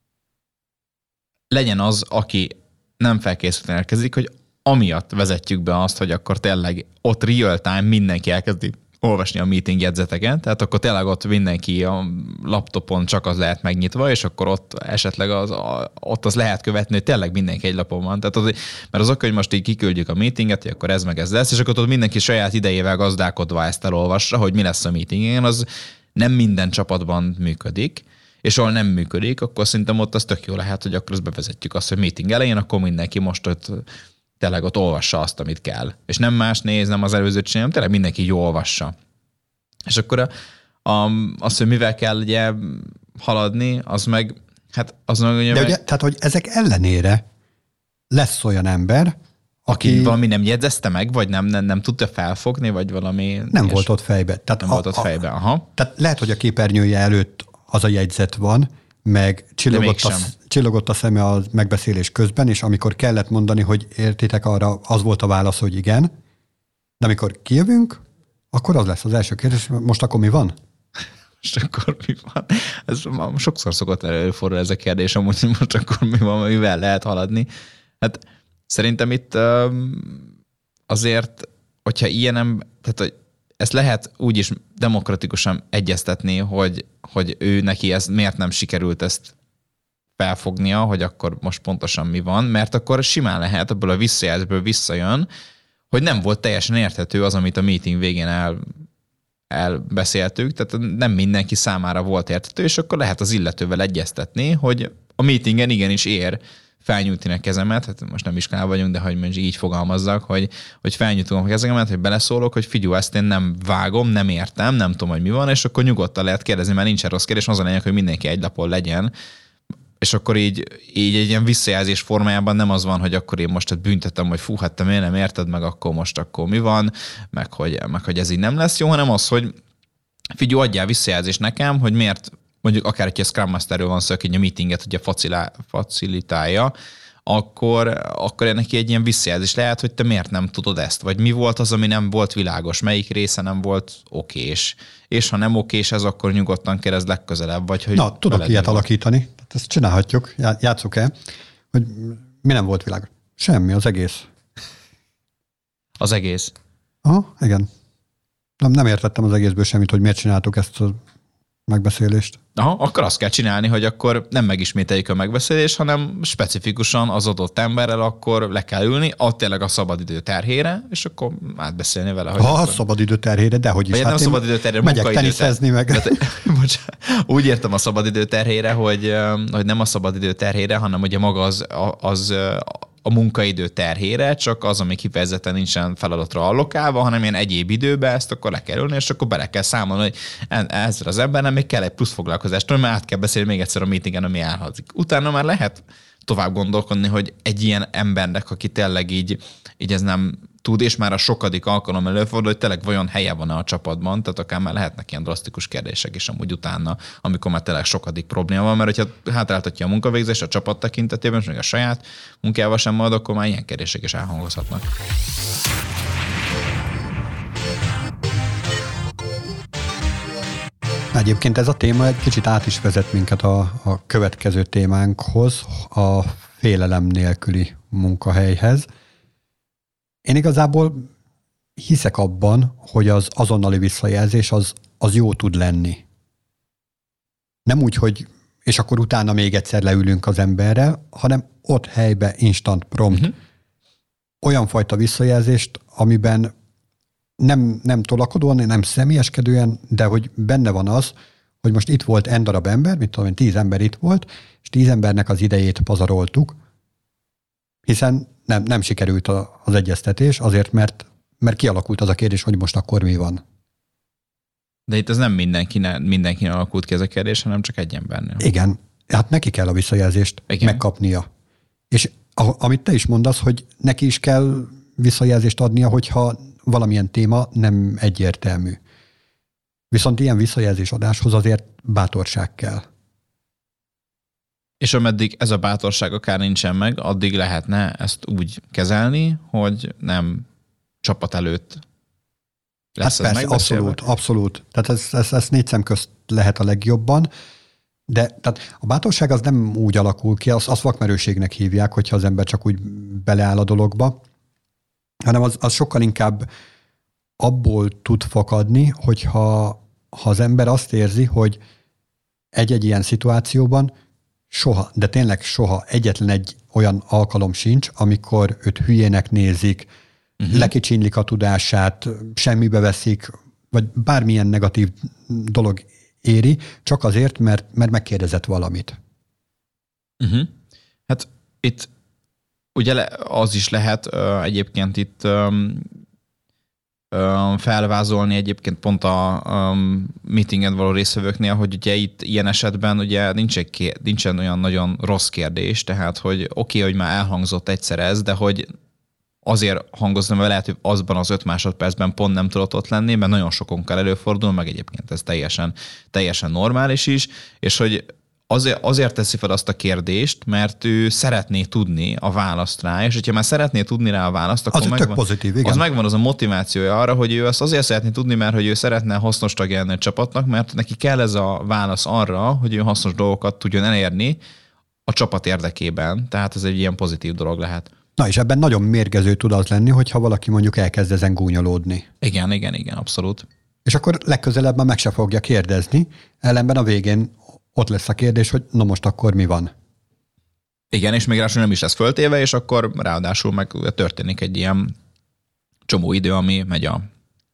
B: legyen az, aki nem felkészülten érkezik, hogy amiatt vezetjük be azt, hogy akkor tényleg ott real time mindenki elkezdi olvasni a meeting jegyzeteket, tehát akkor tényleg ott mindenki a laptopon csak az lehet megnyitva, és akkor ott esetleg az, a, ott az lehet követni, hogy tényleg mindenki egy lapon van. Tehát az, mert az akkor, hogy most így kiküldjük a meetinget, hogy akkor ez meg ez lesz, és akkor ott mindenki saját idejével gazdálkodva ezt elolvassa, hogy mi lesz a meetingen, az nem minden csapatban működik, és ahol nem működik, akkor szerintem ott az tök jó lehet, hogy akkor azt bevezetjük azt, hogy meeting elején, akkor mindenki most ott tényleg ott olvassa azt, amit kell. És nem más néz, nem az előzőt csinálja, tényleg mindenki így olvassa. És akkor a, a, az, hogy mivel kell ugye haladni, az meg, hát az meg ugye...
A: De
B: meg,
A: ugye, tehát, hogy ezek ellenére lesz olyan ember, aki...
B: aki valami nem jegyezte meg, vagy nem, nem, nem tudta felfogni, vagy valami...
A: Nem volt ott fejbe. Tehát
B: nem
A: a,
B: volt ott fejbe, aha.
A: Tehát lehet, hogy a képernyője előtt az a jegyzet van, meg csillogott a, csillogott a szeme a megbeszélés közben, és amikor kellett mondani, hogy értitek arra, az volt a válasz, hogy igen, de amikor kijövünk, akkor az lesz az első kérdés, most akkor mi van?
B: Most akkor mi van? Ez sokszor szokott előfordul ez a kérdés, amúgy most akkor mi van, mivel lehet haladni. Hát szerintem itt azért, hogyha ilyen ember, tehát hogy ezt lehet úgy is demokratikusan egyeztetni, hogy, hogy ő neki ez miért nem sikerült ezt felfognia, hogy akkor most pontosan mi van, mert akkor simán lehet, abból a visszajelzőből visszajön, hogy nem volt teljesen érthető az, amit a meeting végén el, elbeszéltük, tehát nem mindenki számára volt érthető, és akkor lehet az illetővel egyeztetni, hogy a meetingen igenis ér felnyújtani a kezemet, hát most nem iskolában vagyunk, de hogy mondjuk így fogalmazzak, hogy, hogy felnyújtom a kezemet, hogy beleszólok, hogy figyelj, ezt én nem vágom, nem értem, nem tudom, hogy mi van, és akkor nyugodtan lehet kérdezni, mert nincsen rossz kérdés, az a lényeg, hogy mindenki egy lapon legyen, és akkor így, így egy ilyen visszajelzés formájában nem az van, hogy akkor én most büntetem, hogy fú, hát te miért nem érted meg, akkor most akkor mi van, meg hogy, meg hogy ez így nem lesz jó, hanem az, hogy figyelj, adjál visszajelzést nekem, hogy miért mondjuk akár, hogyha Scrum Masterről van szó, aki a meetinget ugye facilitálja, akkor, akkor neki egy ilyen visszajelzés lehet, hogy te miért nem tudod ezt, vagy mi volt az, ami nem volt világos, melyik része nem volt okés, és ha nem okés ez, akkor nyugodtan kérdezd legközelebb, vagy hogy...
A: Na, tudok ilyet alakítani, tehát ezt csinálhatjuk, játsszuk el, hogy mi nem volt világos. Semmi, az egész.
B: Az egész?
A: Aha, igen. Nem, nem értettem az egészből semmit, hogy miért csináltuk ezt a megbeszélést.
B: Aha, akkor azt kell csinálni, hogy akkor nem megismételjük a megbeszélést, hanem specifikusan az adott emberrel akkor le kell ülni, ott tényleg a szabadidő terhére, és akkor átbeszélni vele. Hogy
A: ha
B: akkor...
A: a szabadidő terhére, de hogy is.
B: Vagy hát nem szabadidő terhére,
A: megyek teniszezni meg.
B: Tehát, bocsánat, úgy értem a szabadidő terhére, hogy, hogy nem a szabadidő terhére, hanem ugye maga az, az a munkaidő terhére, csak az, ami kifejezetten nincsen feladatra allokálva, hanem ilyen egyéb időben ezt akkor le kell ülni, és akkor bele kell számolni, hogy ezzel az embernek még kell egy plusz foglalkozást, mert át kell beszélni még egyszer a meetingen, ami elhangzik. Utána már lehet tovább gondolkodni, hogy egy ilyen embernek, aki tényleg így, így ez nem tud, és már a sokadik alkalom előfordul, hogy tényleg vajon helye van-e a csapatban, tehát akár már lehetnek ilyen drasztikus kérdések is amúgy utána, amikor már tényleg sokadik probléma van, mert hogyha hátráltatja a munkavégzést a csapat tekintetében, és még a saját munkával sem marad, akkor már ilyen kérdések is elhangozhatnak.
A: Egyébként ez a téma egy kicsit át is vezet minket a, a következő témánkhoz, a félelem nélküli munkahelyhez. Én igazából hiszek abban, hogy az azonnali visszajelzés az, az jó tud lenni. Nem úgy, hogy és akkor utána még egyszer leülünk az emberrel, hanem ott helybe instant prompt. Uh-huh. Olyan fajta visszajelzést, amiben nem, nem tolakodóan, nem személyeskedően, de hogy benne van az, hogy most itt volt n darab ember, mit tudom én, tíz ember itt volt, és tíz embernek az idejét pazaroltuk, hiszen nem, nem sikerült a, az egyeztetés, azért, mert, mert kialakult az a kérdés, hogy most akkor mi van.
B: De itt ez nem mindenki, mindenki alakult ki ez a kérdés, hanem csak egy embernél.
A: Igen, hát neki kell a visszajelzést Igen. megkapnia. És a, amit te is mondasz, hogy neki is kell visszajelzést adnia, hogyha valamilyen téma nem egyértelmű. Viszont ilyen visszajelzés adáshoz azért bátorság kell.
B: És ameddig ez a bátorság akár nincsen meg, addig lehetne ezt úgy kezelni, hogy nem csapat előtt lesz
A: hát
B: ez
A: persze, abszolút, abszolút. Tehát ez, ez, ez négy szem közt lehet a legjobban, de tehát a bátorság az nem úgy alakul ki, azt, azt vakmerőségnek hívják, hogyha az ember csak úgy beleáll a dologba, hanem az, az sokkal inkább abból tud fakadni, hogyha ha az ember azt érzi, hogy egy-egy ilyen szituációban soha, de tényleg soha egyetlen egy olyan alkalom sincs, amikor őt hülyének nézik, uh-huh. lekicsinlik a tudását, semmibe veszik, vagy bármilyen negatív dolog éri, csak azért, mert, mert megkérdezett valamit.
B: Uh-huh. Hát itt ugye az is lehet uh, egyébként itt um, um, felvázolni egyébként pont a um, meetingen való részvevőknél, hogy ugye itt ilyen esetben ugye nincs egy, nincsen olyan nagyon rossz kérdés, tehát hogy oké, okay, hogy már elhangzott egyszer ez, de hogy azért hangoznom, mert lehet, hogy azban az öt másodpercben pont nem tudott ott lenni, mert nagyon sokunkkal előfordul, meg egyébként ez teljesen, teljesen normális is, és hogy azért, azért teszi fel azt a kérdést, mert ő szeretné tudni a választ rá, és hogyha már szeretné tudni rá a választ, akkor
A: az
B: megvan,
A: pozitív, igen.
B: az megvan az a motivációja arra, hogy ő azt azért szeretné tudni, mert hogy ő szeretne hasznos tagja lenni a csapatnak, mert neki kell ez a válasz arra, hogy ő hasznos dolgokat tudjon elérni a csapat érdekében, tehát ez egy ilyen pozitív dolog lehet.
A: Na és ebben nagyon mérgező tud az lenni, hogyha valaki mondjuk elkezd ezen gúnyolódni.
B: Igen, igen, igen, abszolút.
A: És akkor legközelebb már meg se fogja kérdezni, ellenben a végén ott lesz a kérdés, hogy na most akkor mi van.
B: Igen, és még ráadásul nem is lesz föltéve, és akkor ráadásul meg történik egy ilyen csomó idő, ami megy a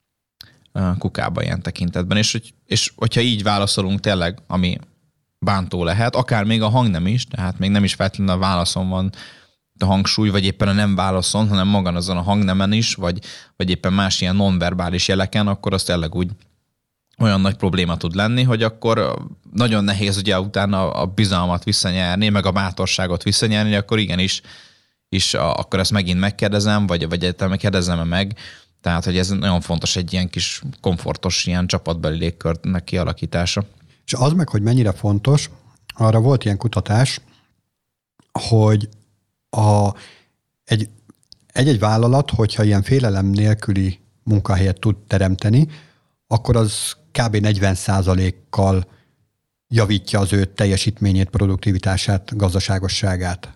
B: kukába ilyen tekintetben. És, hogy, és hogyha így válaszolunk tényleg, ami bántó lehet, akár még a hang nem is, tehát még nem is feltétlenül a válaszon van a hangsúly, vagy éppen a nem válaszon, hanem magan azon a hangnemen is, vagy, vagy éppen más ilyen nonverbális jeleken, akkor az tényleg úgy olyan nagy probléma tud lenni, hogy akkor nagyon nehéz ugye utána a bizalmat visszanyerni, meg a bátorságot visszanyerni, akkor igenis, is akkor ezt megint megkérdezem, vagy, vagy egyáltalán megkérdezem meg. Tehát, hogy ez nagyon fontos egy ilyen kis komfortos, ilyen csapatbeli légkörnek kialakítása.
A: És az meg, hogy mennyire fontos, arra volt ilyen kutatás, hogy a, egy, egy-egy vállalat, hogyha ilyen félelem nélküli munkahelyet tud teremteni, akkor az kb. negyven százalékkal javítja az ő teljesítményét, produktivitását, gazdaságosságát.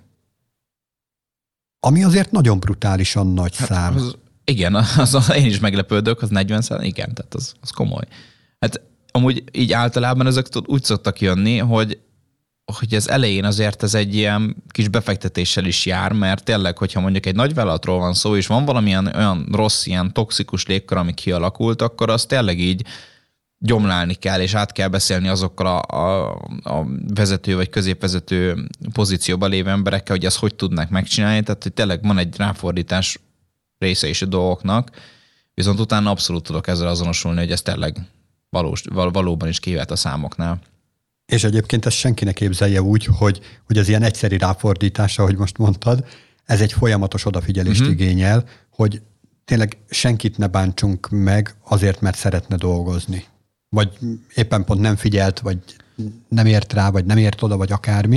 A: Ami azért nagyon brutálisan nagy hát szám.
B: Az, igen, az, az, én is meglepődök, az negyven százalék, igen, tehát az, az komoly. Hát amúgy így általában ezek úgy szoktak jönni, hogy hogy az elején azért ez egy ilyen kis befektetéssel is jár, mert tényleg, hogyha mondjuk egy nagyvállalatról van szó, és van valamilyen olyan rossz, ilyen toxikus légkör, ami kialakult, akkor az tényleg így gyomlálni kell, és át kell beszélni azokkal a, a, a vezető vagy középvezető pozícióban lévő emberekkel, hogy ezt hogy tudnak megcsinálni, tehát hogy tényleg van egy ráfordítás része is a dolgoknak, viszont utána abszolút tudok ezzel azonosulni, hogy ez tényleg valós, val, valóban is kivet a számoknál.
A: És egyébként ezt senki ne képzelje úgy, hogy, hogy az ilyen egyszeri ráfordítása, ahogy most mondtad, ez egy folyamatos odafigyelést uh-huh. igényel, hogy tényleg senkit ne bántsunk meg azért, mert szeretne dolgozni. Vagy éppen pont nem figyelt, vagy nem ért rá, vagy nem ért oda, vagy akármi.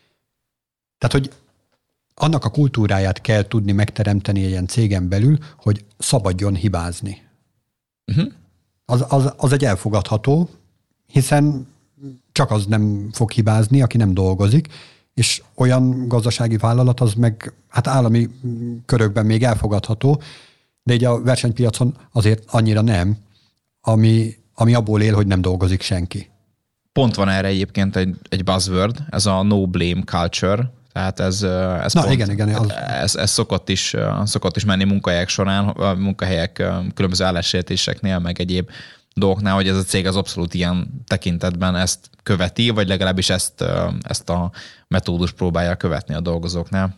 A: Tehát, hogy annak a kultúráját kell tudni megteremteni egy ilyen cégen belül, hogy szabadjon hibázni. Uh-huh. Az, az, az egy elfogadható, hiszen csak az nem fog hibázni, aki nem dolgozik, és olyan gazdasági vállalat az meg, hát állami körökben még elfogadható, de így a versenypiacon azért annyira nem, ami, ami abból él, hogy nem dolgozik senki.
B: Pont van erre egyébként egy, egy buzzword, ez a no blame culture, tehát ez, ez,
A: Na,
B: pont,
A: igen, igen, az...
B: ez, ez szokott, is, szokott is menni munkahelyek során, munkahelyek különböző állásértéseknél, meg egyéb dolgoknál, hogy ez a cég az abszolút ilyen tekintetben ezt követi, vagy legalábbis ezt, ezt a metódus próbálja követni a dolgozóknál.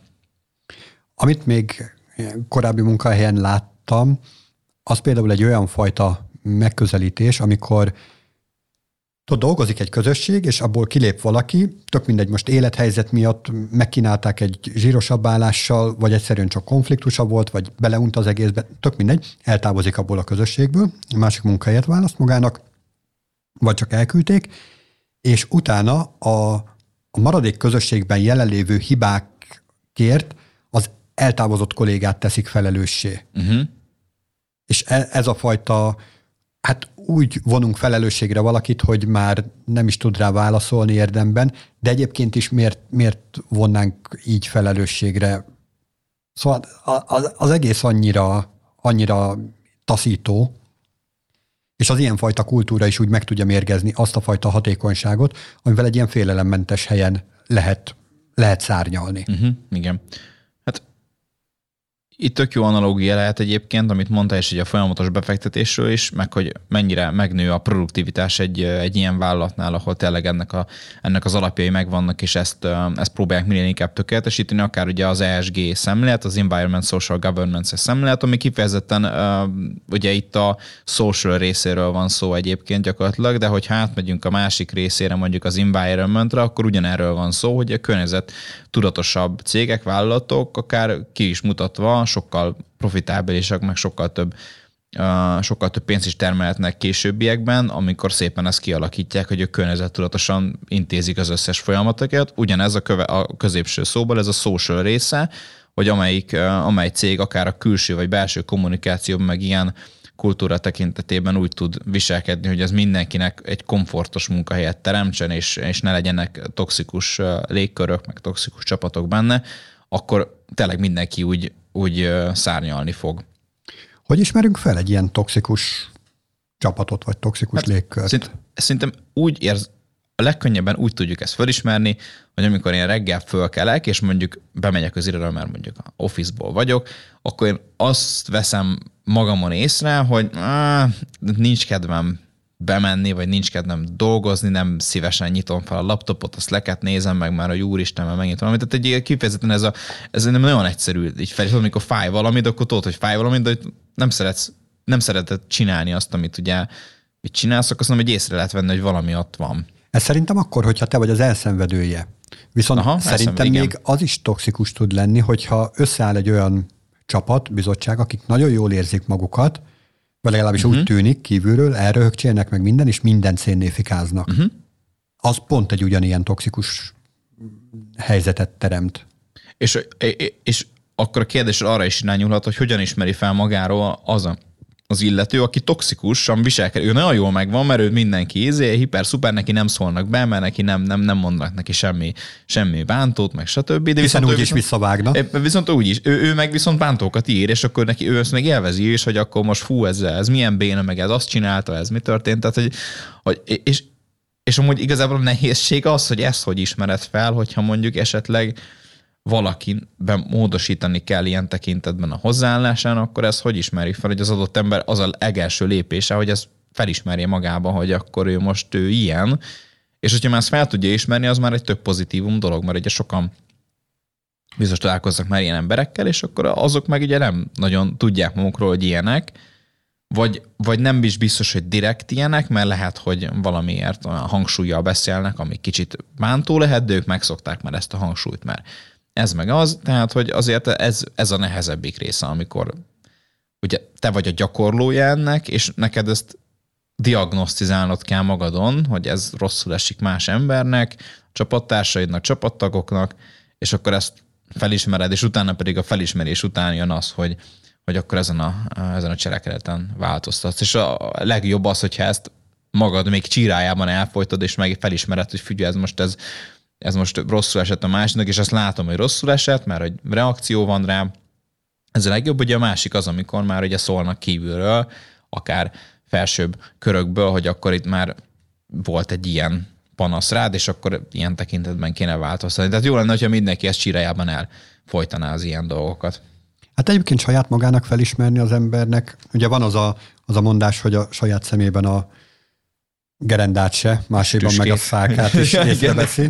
A: Amit még korábbi munkahelyen láttam, az például egy olyan fajta megközelítés, amikor ott dolgozik egy közösség, és abból kilép valaki, tök mindegy, most élethelyzet miatt megkínálták egy zsírosabb állással, vagy egyszerűen csak konfliktusa volt, vagy beleunt az egészbe, tök mindegy, eltávozik abból a közösségből, a másik munkahelyet választ magának, vagy csak elküldték, és utána a, a maradék közösségben jelenlévő hibákért az eltávozott kollégát teszik felelőssé. Uh-huh. És ez a fajta, hát úgy vonunk felelősségre valakit, hogy már nem is tud rá válaszolni érdemben, de egyébként is miért, miért vonnánk így felelősségre? Szóval az, az egész annyira, annyira taszító, és az ilyenfajta kultúra is úgy meg tudja mérgezni azt a fajta hatékonyságot, amivel egy ilyen félelemmentes helyen lehet, lehet szárnyalni.
B: Uh-huh, igen. Hát itt tök jó analógia lehet egyébként, amit mondta is, hogy a folyamatos befektetésről is, meg hogy mennyire megnő a produktivitás egy, egy ilyen vállalatnál, ahol tényleg ennek, a, ennek az alapjai megvannak, és ezt, ezt próbálják minél inkább tökéletesíteni, akár ugye az E S G szemlélet, az Environment Social Governance szemlélet, ami kifejezetten ugye itt a social részéről van szó egyébként gyakorlatilag, de hogyha átmegyünk a másik részére, mondjuk az environmentre, akkor ugyanerről van szó, hogy a környezet tudatosabb cégek, vállalatok, akár ki is mutatva, sokkal profitábilisak, meg sokkal több, uh, sokkal több pénzt is termelhetnek későbbiekben, amikor szépen ezt kialakítják, hogy a környezettudatosan intézik az összes folyamatokat. Ugyanez a, köve, a középső szóból, ez a social része, hogy amelyik, uh, amely cég akár a külső vagy belső kommunikációban, meg ilyen kultúra tekintetében úgy tud viselkedni, hogy ez mindenkinek egy komfortos munkahelyet teremtsen, és, és ne legyenek toxikus légkörök, meg toxikus csapatok benne, akkor tényleg mindenki úgy, úgy szárnyalni fog.
A: Hogy ismerünk fel egy ilyen toxikus csapatot, vagy toxikus hát légkört?
B: Szint, szerintem úgy érz, a legkönnyebben úgy tudjuk ezt felismerni, hogy amikor én reggel fölkelek, és mondjuk bemegyek az irodalom, mert mondjuk a office-ból vagyok, akkor én azt veszem magamon észre, hogy áh, nincs kedvem bemenni, vagy nincs kedvem dolgozni, nem szívesen nyitom fel a laptopot, a Slack-et nézem meg már, hogy úristen, mert megint valamit. Tehát egy kifejezetten ez, a, ez nem nagyon egyszerű, így fel, amikor fáj valamit, akkor tudod, hogy fáj valamit, de nem szeretsz, nem szereted csinálni azt, amit ugye mit csinálsz, akkor azt mondom, hogy észre lehet venni, hogy valami ott van.
A: Ez szerintem akkor, hogyha te vagy az elszenvedője. Viszont Aha, szerintem eszem, még az is toxikus tud lenni, hogyha összeáll egy olyan csapat, bizottság, akik nagyon jól érzik magukat, vagy legalábbis uh-huh. úgy tűnik kívülről, elröhögcsélnek meg minden, és mindent szénnéfikáznak. Uh-huh. Az pont egy ugyanilyen toxikus helyzetet teremt. És,
B: és akkor a kérdés arra is irányulhat, hogy hogyan ismeri fel magáról az a az illető, aki toxikusan viselkedik. Ő nagyon jól megvan, mert ő mindenki ízé, hiper, szuper, neki nem szólnak be, mert neki nem, nem, nem mondanak neki semmi, semmi bántót, meg stb. De
A: viszont úgy is visszavágna.
B: Viszont úgy is. Ő, ő meg viszont bántókat ír, és akkor neki ő ezt meg élvezi is, hogy akkor most fú, ez, ez milyen béna, meg ez azt csinálta, ez mi történt. Tehát, hogy, hogy, és, és amúgy igazából a nehézség az, hogy ezt hogy ismered fel, hogyha mondjuk esetleg valakiben módosítani kell ilyen tekintetben a hozzáállásán, akkor ez hogy ismeri fel, hogy az adott ember az a legelső lépése, hogy ez felismerje magában, hogy akkor ő most ő ilyen, és hogyha már ezt fel tudja ismerni, az már egy tök pozitívum dolog, mert ugye sokan biztos találkoznak már ilyen emberekkel, és akkor azok meg ugye nem nagyon tudják magukról, hogy ilyenek, vagy, vagy nem is biztos, hogy direkt ilyenek, mert lehet, hogy valamiért olyan hangsúlyjal beszélnek, ami kicsit bántó lehet, de ők megszokták már ezt a hangsúlyt, mert ez meg az, tehát, hogy azért ez, ez a nehezebbik része, amikor ugye te vagy a gyakorlója ennek, és neked ezt diagnosztizálnod kell magadon, hogy ez rosszul esik más embernek, csapattársaidnak, csapattagoknak, és akkor ezt felismered, és utána pedig a felismerés után jön az, hogy, hogy akkor ezen a, ezen a cselekedeten változtatsz. És a legjobb az, hogyha ezt magad még csírájában elfolytod, és meg felismered, hogy figyelj, ez most, ez, ez most rosszul esett a másiknak, és azt látom, hogy rosszul esett, mert hogy reakció van rá. Ez a legjobb, ugye a másik az, amikor már ugye szólnak kívülről, akár felsőbb körökből, hogy akkor itt már volt egy ilyen panasz rád, és akkor ilyen tekintetben kéne változtatni. Tehát jó lenne, hogyha mindenki ezt csírájában elfolytaná az ilyen dolgokat.
A: Hát egyébként saját magának felismerni az embernek, ugye van az a, az a mondás, hogy a saját szemében a gerendát se, máséban meg a szálkát is észreveszi.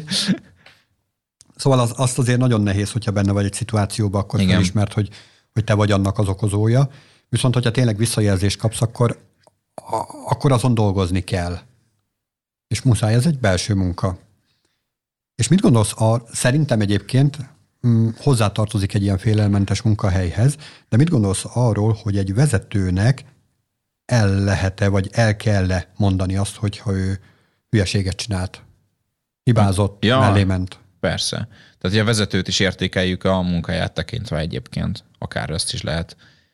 A: Szóval az, azt azért nagyon nehéz, hogyha benne vagy egy szituációban, akkor igen, felismert, hogy, hogy te vagy annak az okozója. Viszont, hogyha tényleg visszajelzést kapsz, akkor, a, akkor azon dolgozni kell. És muszáj, ez egy belső munka. És mit gondolsz, a, szerintem egyébként hm, hozzátartozik egy ilyen félelmentes munkahelyhez, de mit gondolsz arról, hogy egy vezetőnek el lehet-e, vagy el kell-e mondani azt, hogyha ő hülyeséget csinált, hibázott, ja, mellé ment?
B: Persze. Tehát a vezetőt is értékeljük a munkáját tekintve egyébként. Akár ezt is lehet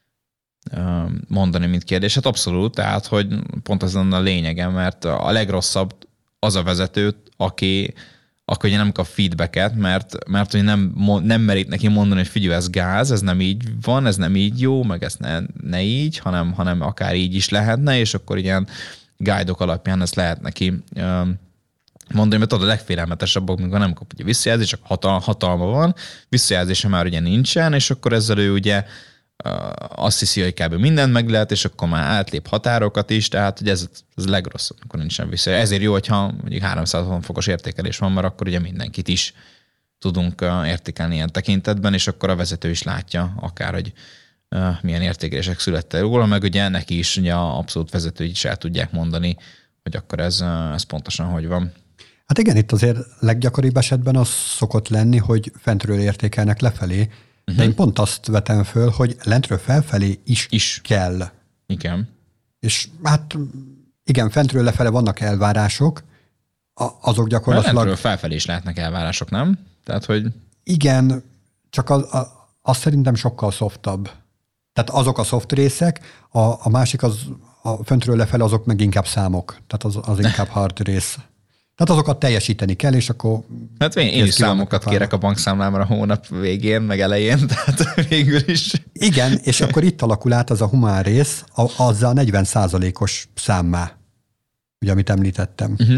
B: mondani, mint kérdés. Hát abszolút, tehát, hogy pont az a lényege, mert a legrosszabb az a vezető, aki, aki nem kap feedbacket, mert, mert hogy nem, nem merít neki mondani, hogy figyelj, ez gáz, ez nem így van, ez nem így jó, meg ez ne, ne így, hanem, hanem akár így is lehetne, és akkor ilyen guide-ok alapján ezt lehet neki mondani, mert tudod, a legfélelmetesebb, amikor nem kap ugye visszajelzés, csak hatal, hatalma van, visszajelzése már ugye nincsen, és akkor ezzel ő ugye azt hiszi, hogy kb. Mindent meg lehet, és akkor már átlép határokat is, tehát hogy ez, ez legrosszabb, akkor nincsen vissza. Ezért jó, hogyha mondjuk háromszázhatvan fokos értékelés van, mert akkor ugye mindenkit is tudunk értékelni ilyen tekintetben, és akkor a vezető is látja akár, hogy milyen értékelések születtek róla, meg ugye neki is ugye a abszolút vezető is el tudják mondani, hogy akkor ez, ez pontosan hogy van.
A: Hát igen, itt azért leggyakoribb esetben az szokott lenni, hogy fentről értékelnek lefelé, uh-huh. de én pont azt vetem föl, hogy lentről felfelé is, is. kell.
B: Igen.
A: És hát igen, fentről lefele vannak elvárások, azok gyakorlatilag...
B: Lentről felfelé is lehetnek elvárások, nem? Tehát, hogy...
A: Igen, csak az, az szerintem sokkal szoftabb. Tehát azok a szoft részek, a, a másik az a föntről lefele, azok meg inkább számok. Tehát az, az inkább hard rész. Tehát azokat teljesíteni kell, és akkor...
B: Hát én, én is számokat kérek a bankszámlámra a hónap végén, meg elején, tehát végül is.
A: Igen, és akkor itt alakul át az a humán rész, a, azzal a negyven százalékos számmá, ugye, amit említettem. Uh-huh.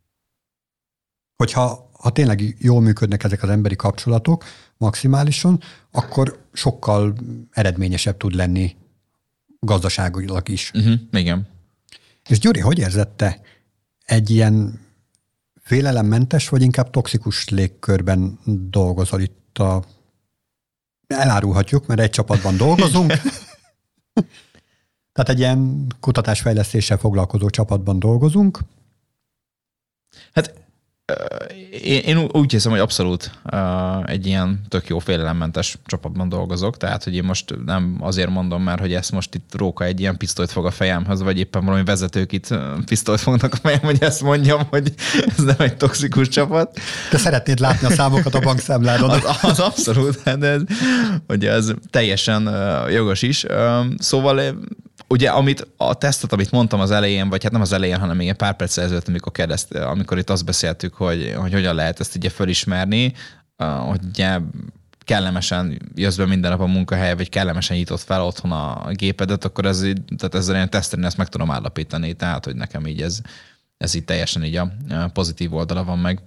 A: Hogyha ha tényleg jól működnek ezek az emberi kapcsolatok maximálisan, akkor sokkal eredményesebb tud lenni gazdaságilag is.
B: Uh-huh. Igen.
A: És Gyuri, hogy érzed te egy ilyen félelemmentes, vagy inkább toxikus légkörben dolgozol itt a... Elárulhatjuk, mert egy csapatban dolgozunk. Tehát egy ilyen kutatásfejlesztéssel foglalkozó csapatban dolgozunk.
B: Hát én, én úgy hiszem, hogy abszolút uh, egy ilyen tök jó félelemmentes csapatban dolgozok, tehát hogy én most nem azért mondom már, hogy ezt most itt Róka egy ilyen pisztolyt fog a fejemhez, vagy éppen valami vezetők itt pisztolyt fognak a fejem, hogy ezt mondjam, hogy ez nem egy toxikus csapat.
A: Te szeretnéd látni a számokat a bankszámládon.
B: Az, az abszolút, de ez, ugye ez teljesen uh, jogos is. Uh, szóval ugye, amit a tesztet, amit mondtam az elején, vagy hát nem az elején, hanem még pár perc ezelőtt, amikor kérdezt, amikor itt azt beszéltük, hogy, hogy hogyan lehet ezt ugye fölismerni, hogy ugye kellemesen jössz be minden nap a munkahely, vagy kellemesen nyitott fel otthon a gépedet, akkor ez, tehát ezzel ilyen tesztelni ezt meg tudom állapítani, tehát hogy nekem így ez, ez így teljesen így a pozitív oldala van meg.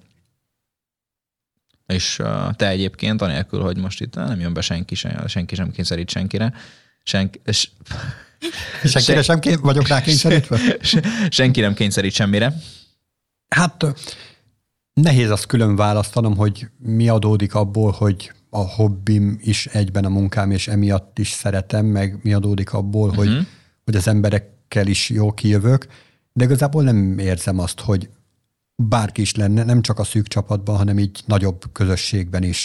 B: És te egyébként, anélkül, hogy most itt nem jön be senki, senki sem kényszerít senkire, senki...
A: Senkire sem ké- vagyok rá kényszerítve?
B: Senki nem kényszerít semmire.
A: Hát nehéz azt külön választanom, hogy mi adódik abból, hogy a hobbim is egyben a munkám, és emiatt is szeretem, meg mi adódik abból, uh-huh. hogy, hogy az emberekkel is jó kijövök, de igazából nem érzem azt, hogy bárki is lenne, nem csak a szűk csapatban, hanem így nagyobb közösségben is,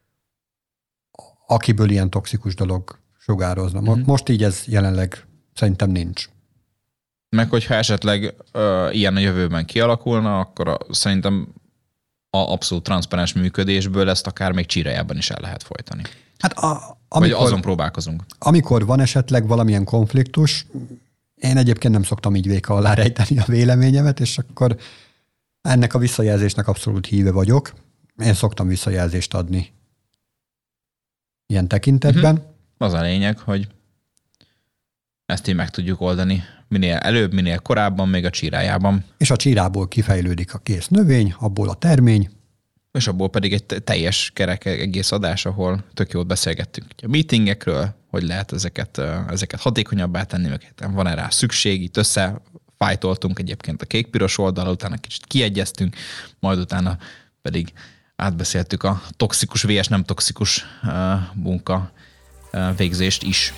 A: akiből ilyen toxikus dolog sugározna. Mm-hmm. Most így ez jelenleg szerintem nincs.
B: Meg hogyha esetleg ö, ilyen a jövőben kialakulna, akkor a, szerintem a abszolút transzparens működésből ezt akár még Csírájában is el lehet folytani.
A: Hát a,
B: amikor, Vagy azon próbálkozunk.
A: Amikor van esetleg valamilyen konfliktus, én egyébként nem szoktam így véka alá rejteni a véleményemet, és akkor ennek a visszajelzésnek abszolút híve vagyok. Én szoktam visszajelzést adni ilyen tekintetben. Uh-huh.
B: Az a lényeg, hogy ezt így meg tudjuk oldani minél előbb, minél korábban, még a csírájában.
A: És a csírából kifejlődik a kész növény, abból a termény. És
B: abból pedig egy teljes kerek egész adás, ahol tök jót beszélgettünk a meetingekről, hogy lehet ezeket, ezeket hatékonyabbá tenni, meg van-e rá szükség, itt összefájtoltunk egyébként a kék-piros oldal, utána kicsit kiegyeztünk, majd utána pedig átbeszéltük a toxikus vs nem toxikus munka végzést is.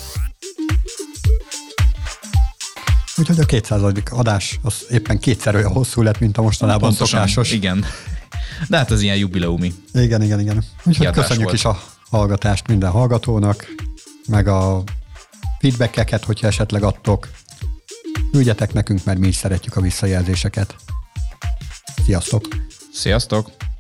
A: Úgyhogy a kétszázadik adás az éppen kétszer olyan hosszú lett, mint a mostanában pontosan, szokásos.
B: Igen. De hát az ilyen jubileumi.
A: Igen, igen, igen. Úgyhogy köszönjük volt. is a hallgatást minden hallgatónak, meg a feedbackeket, hogyha esetleg adtok. Küldjetek nekünk, mert mi is szeretjük a visszajelzéseket. Sziasztok!
B: Sziasztok!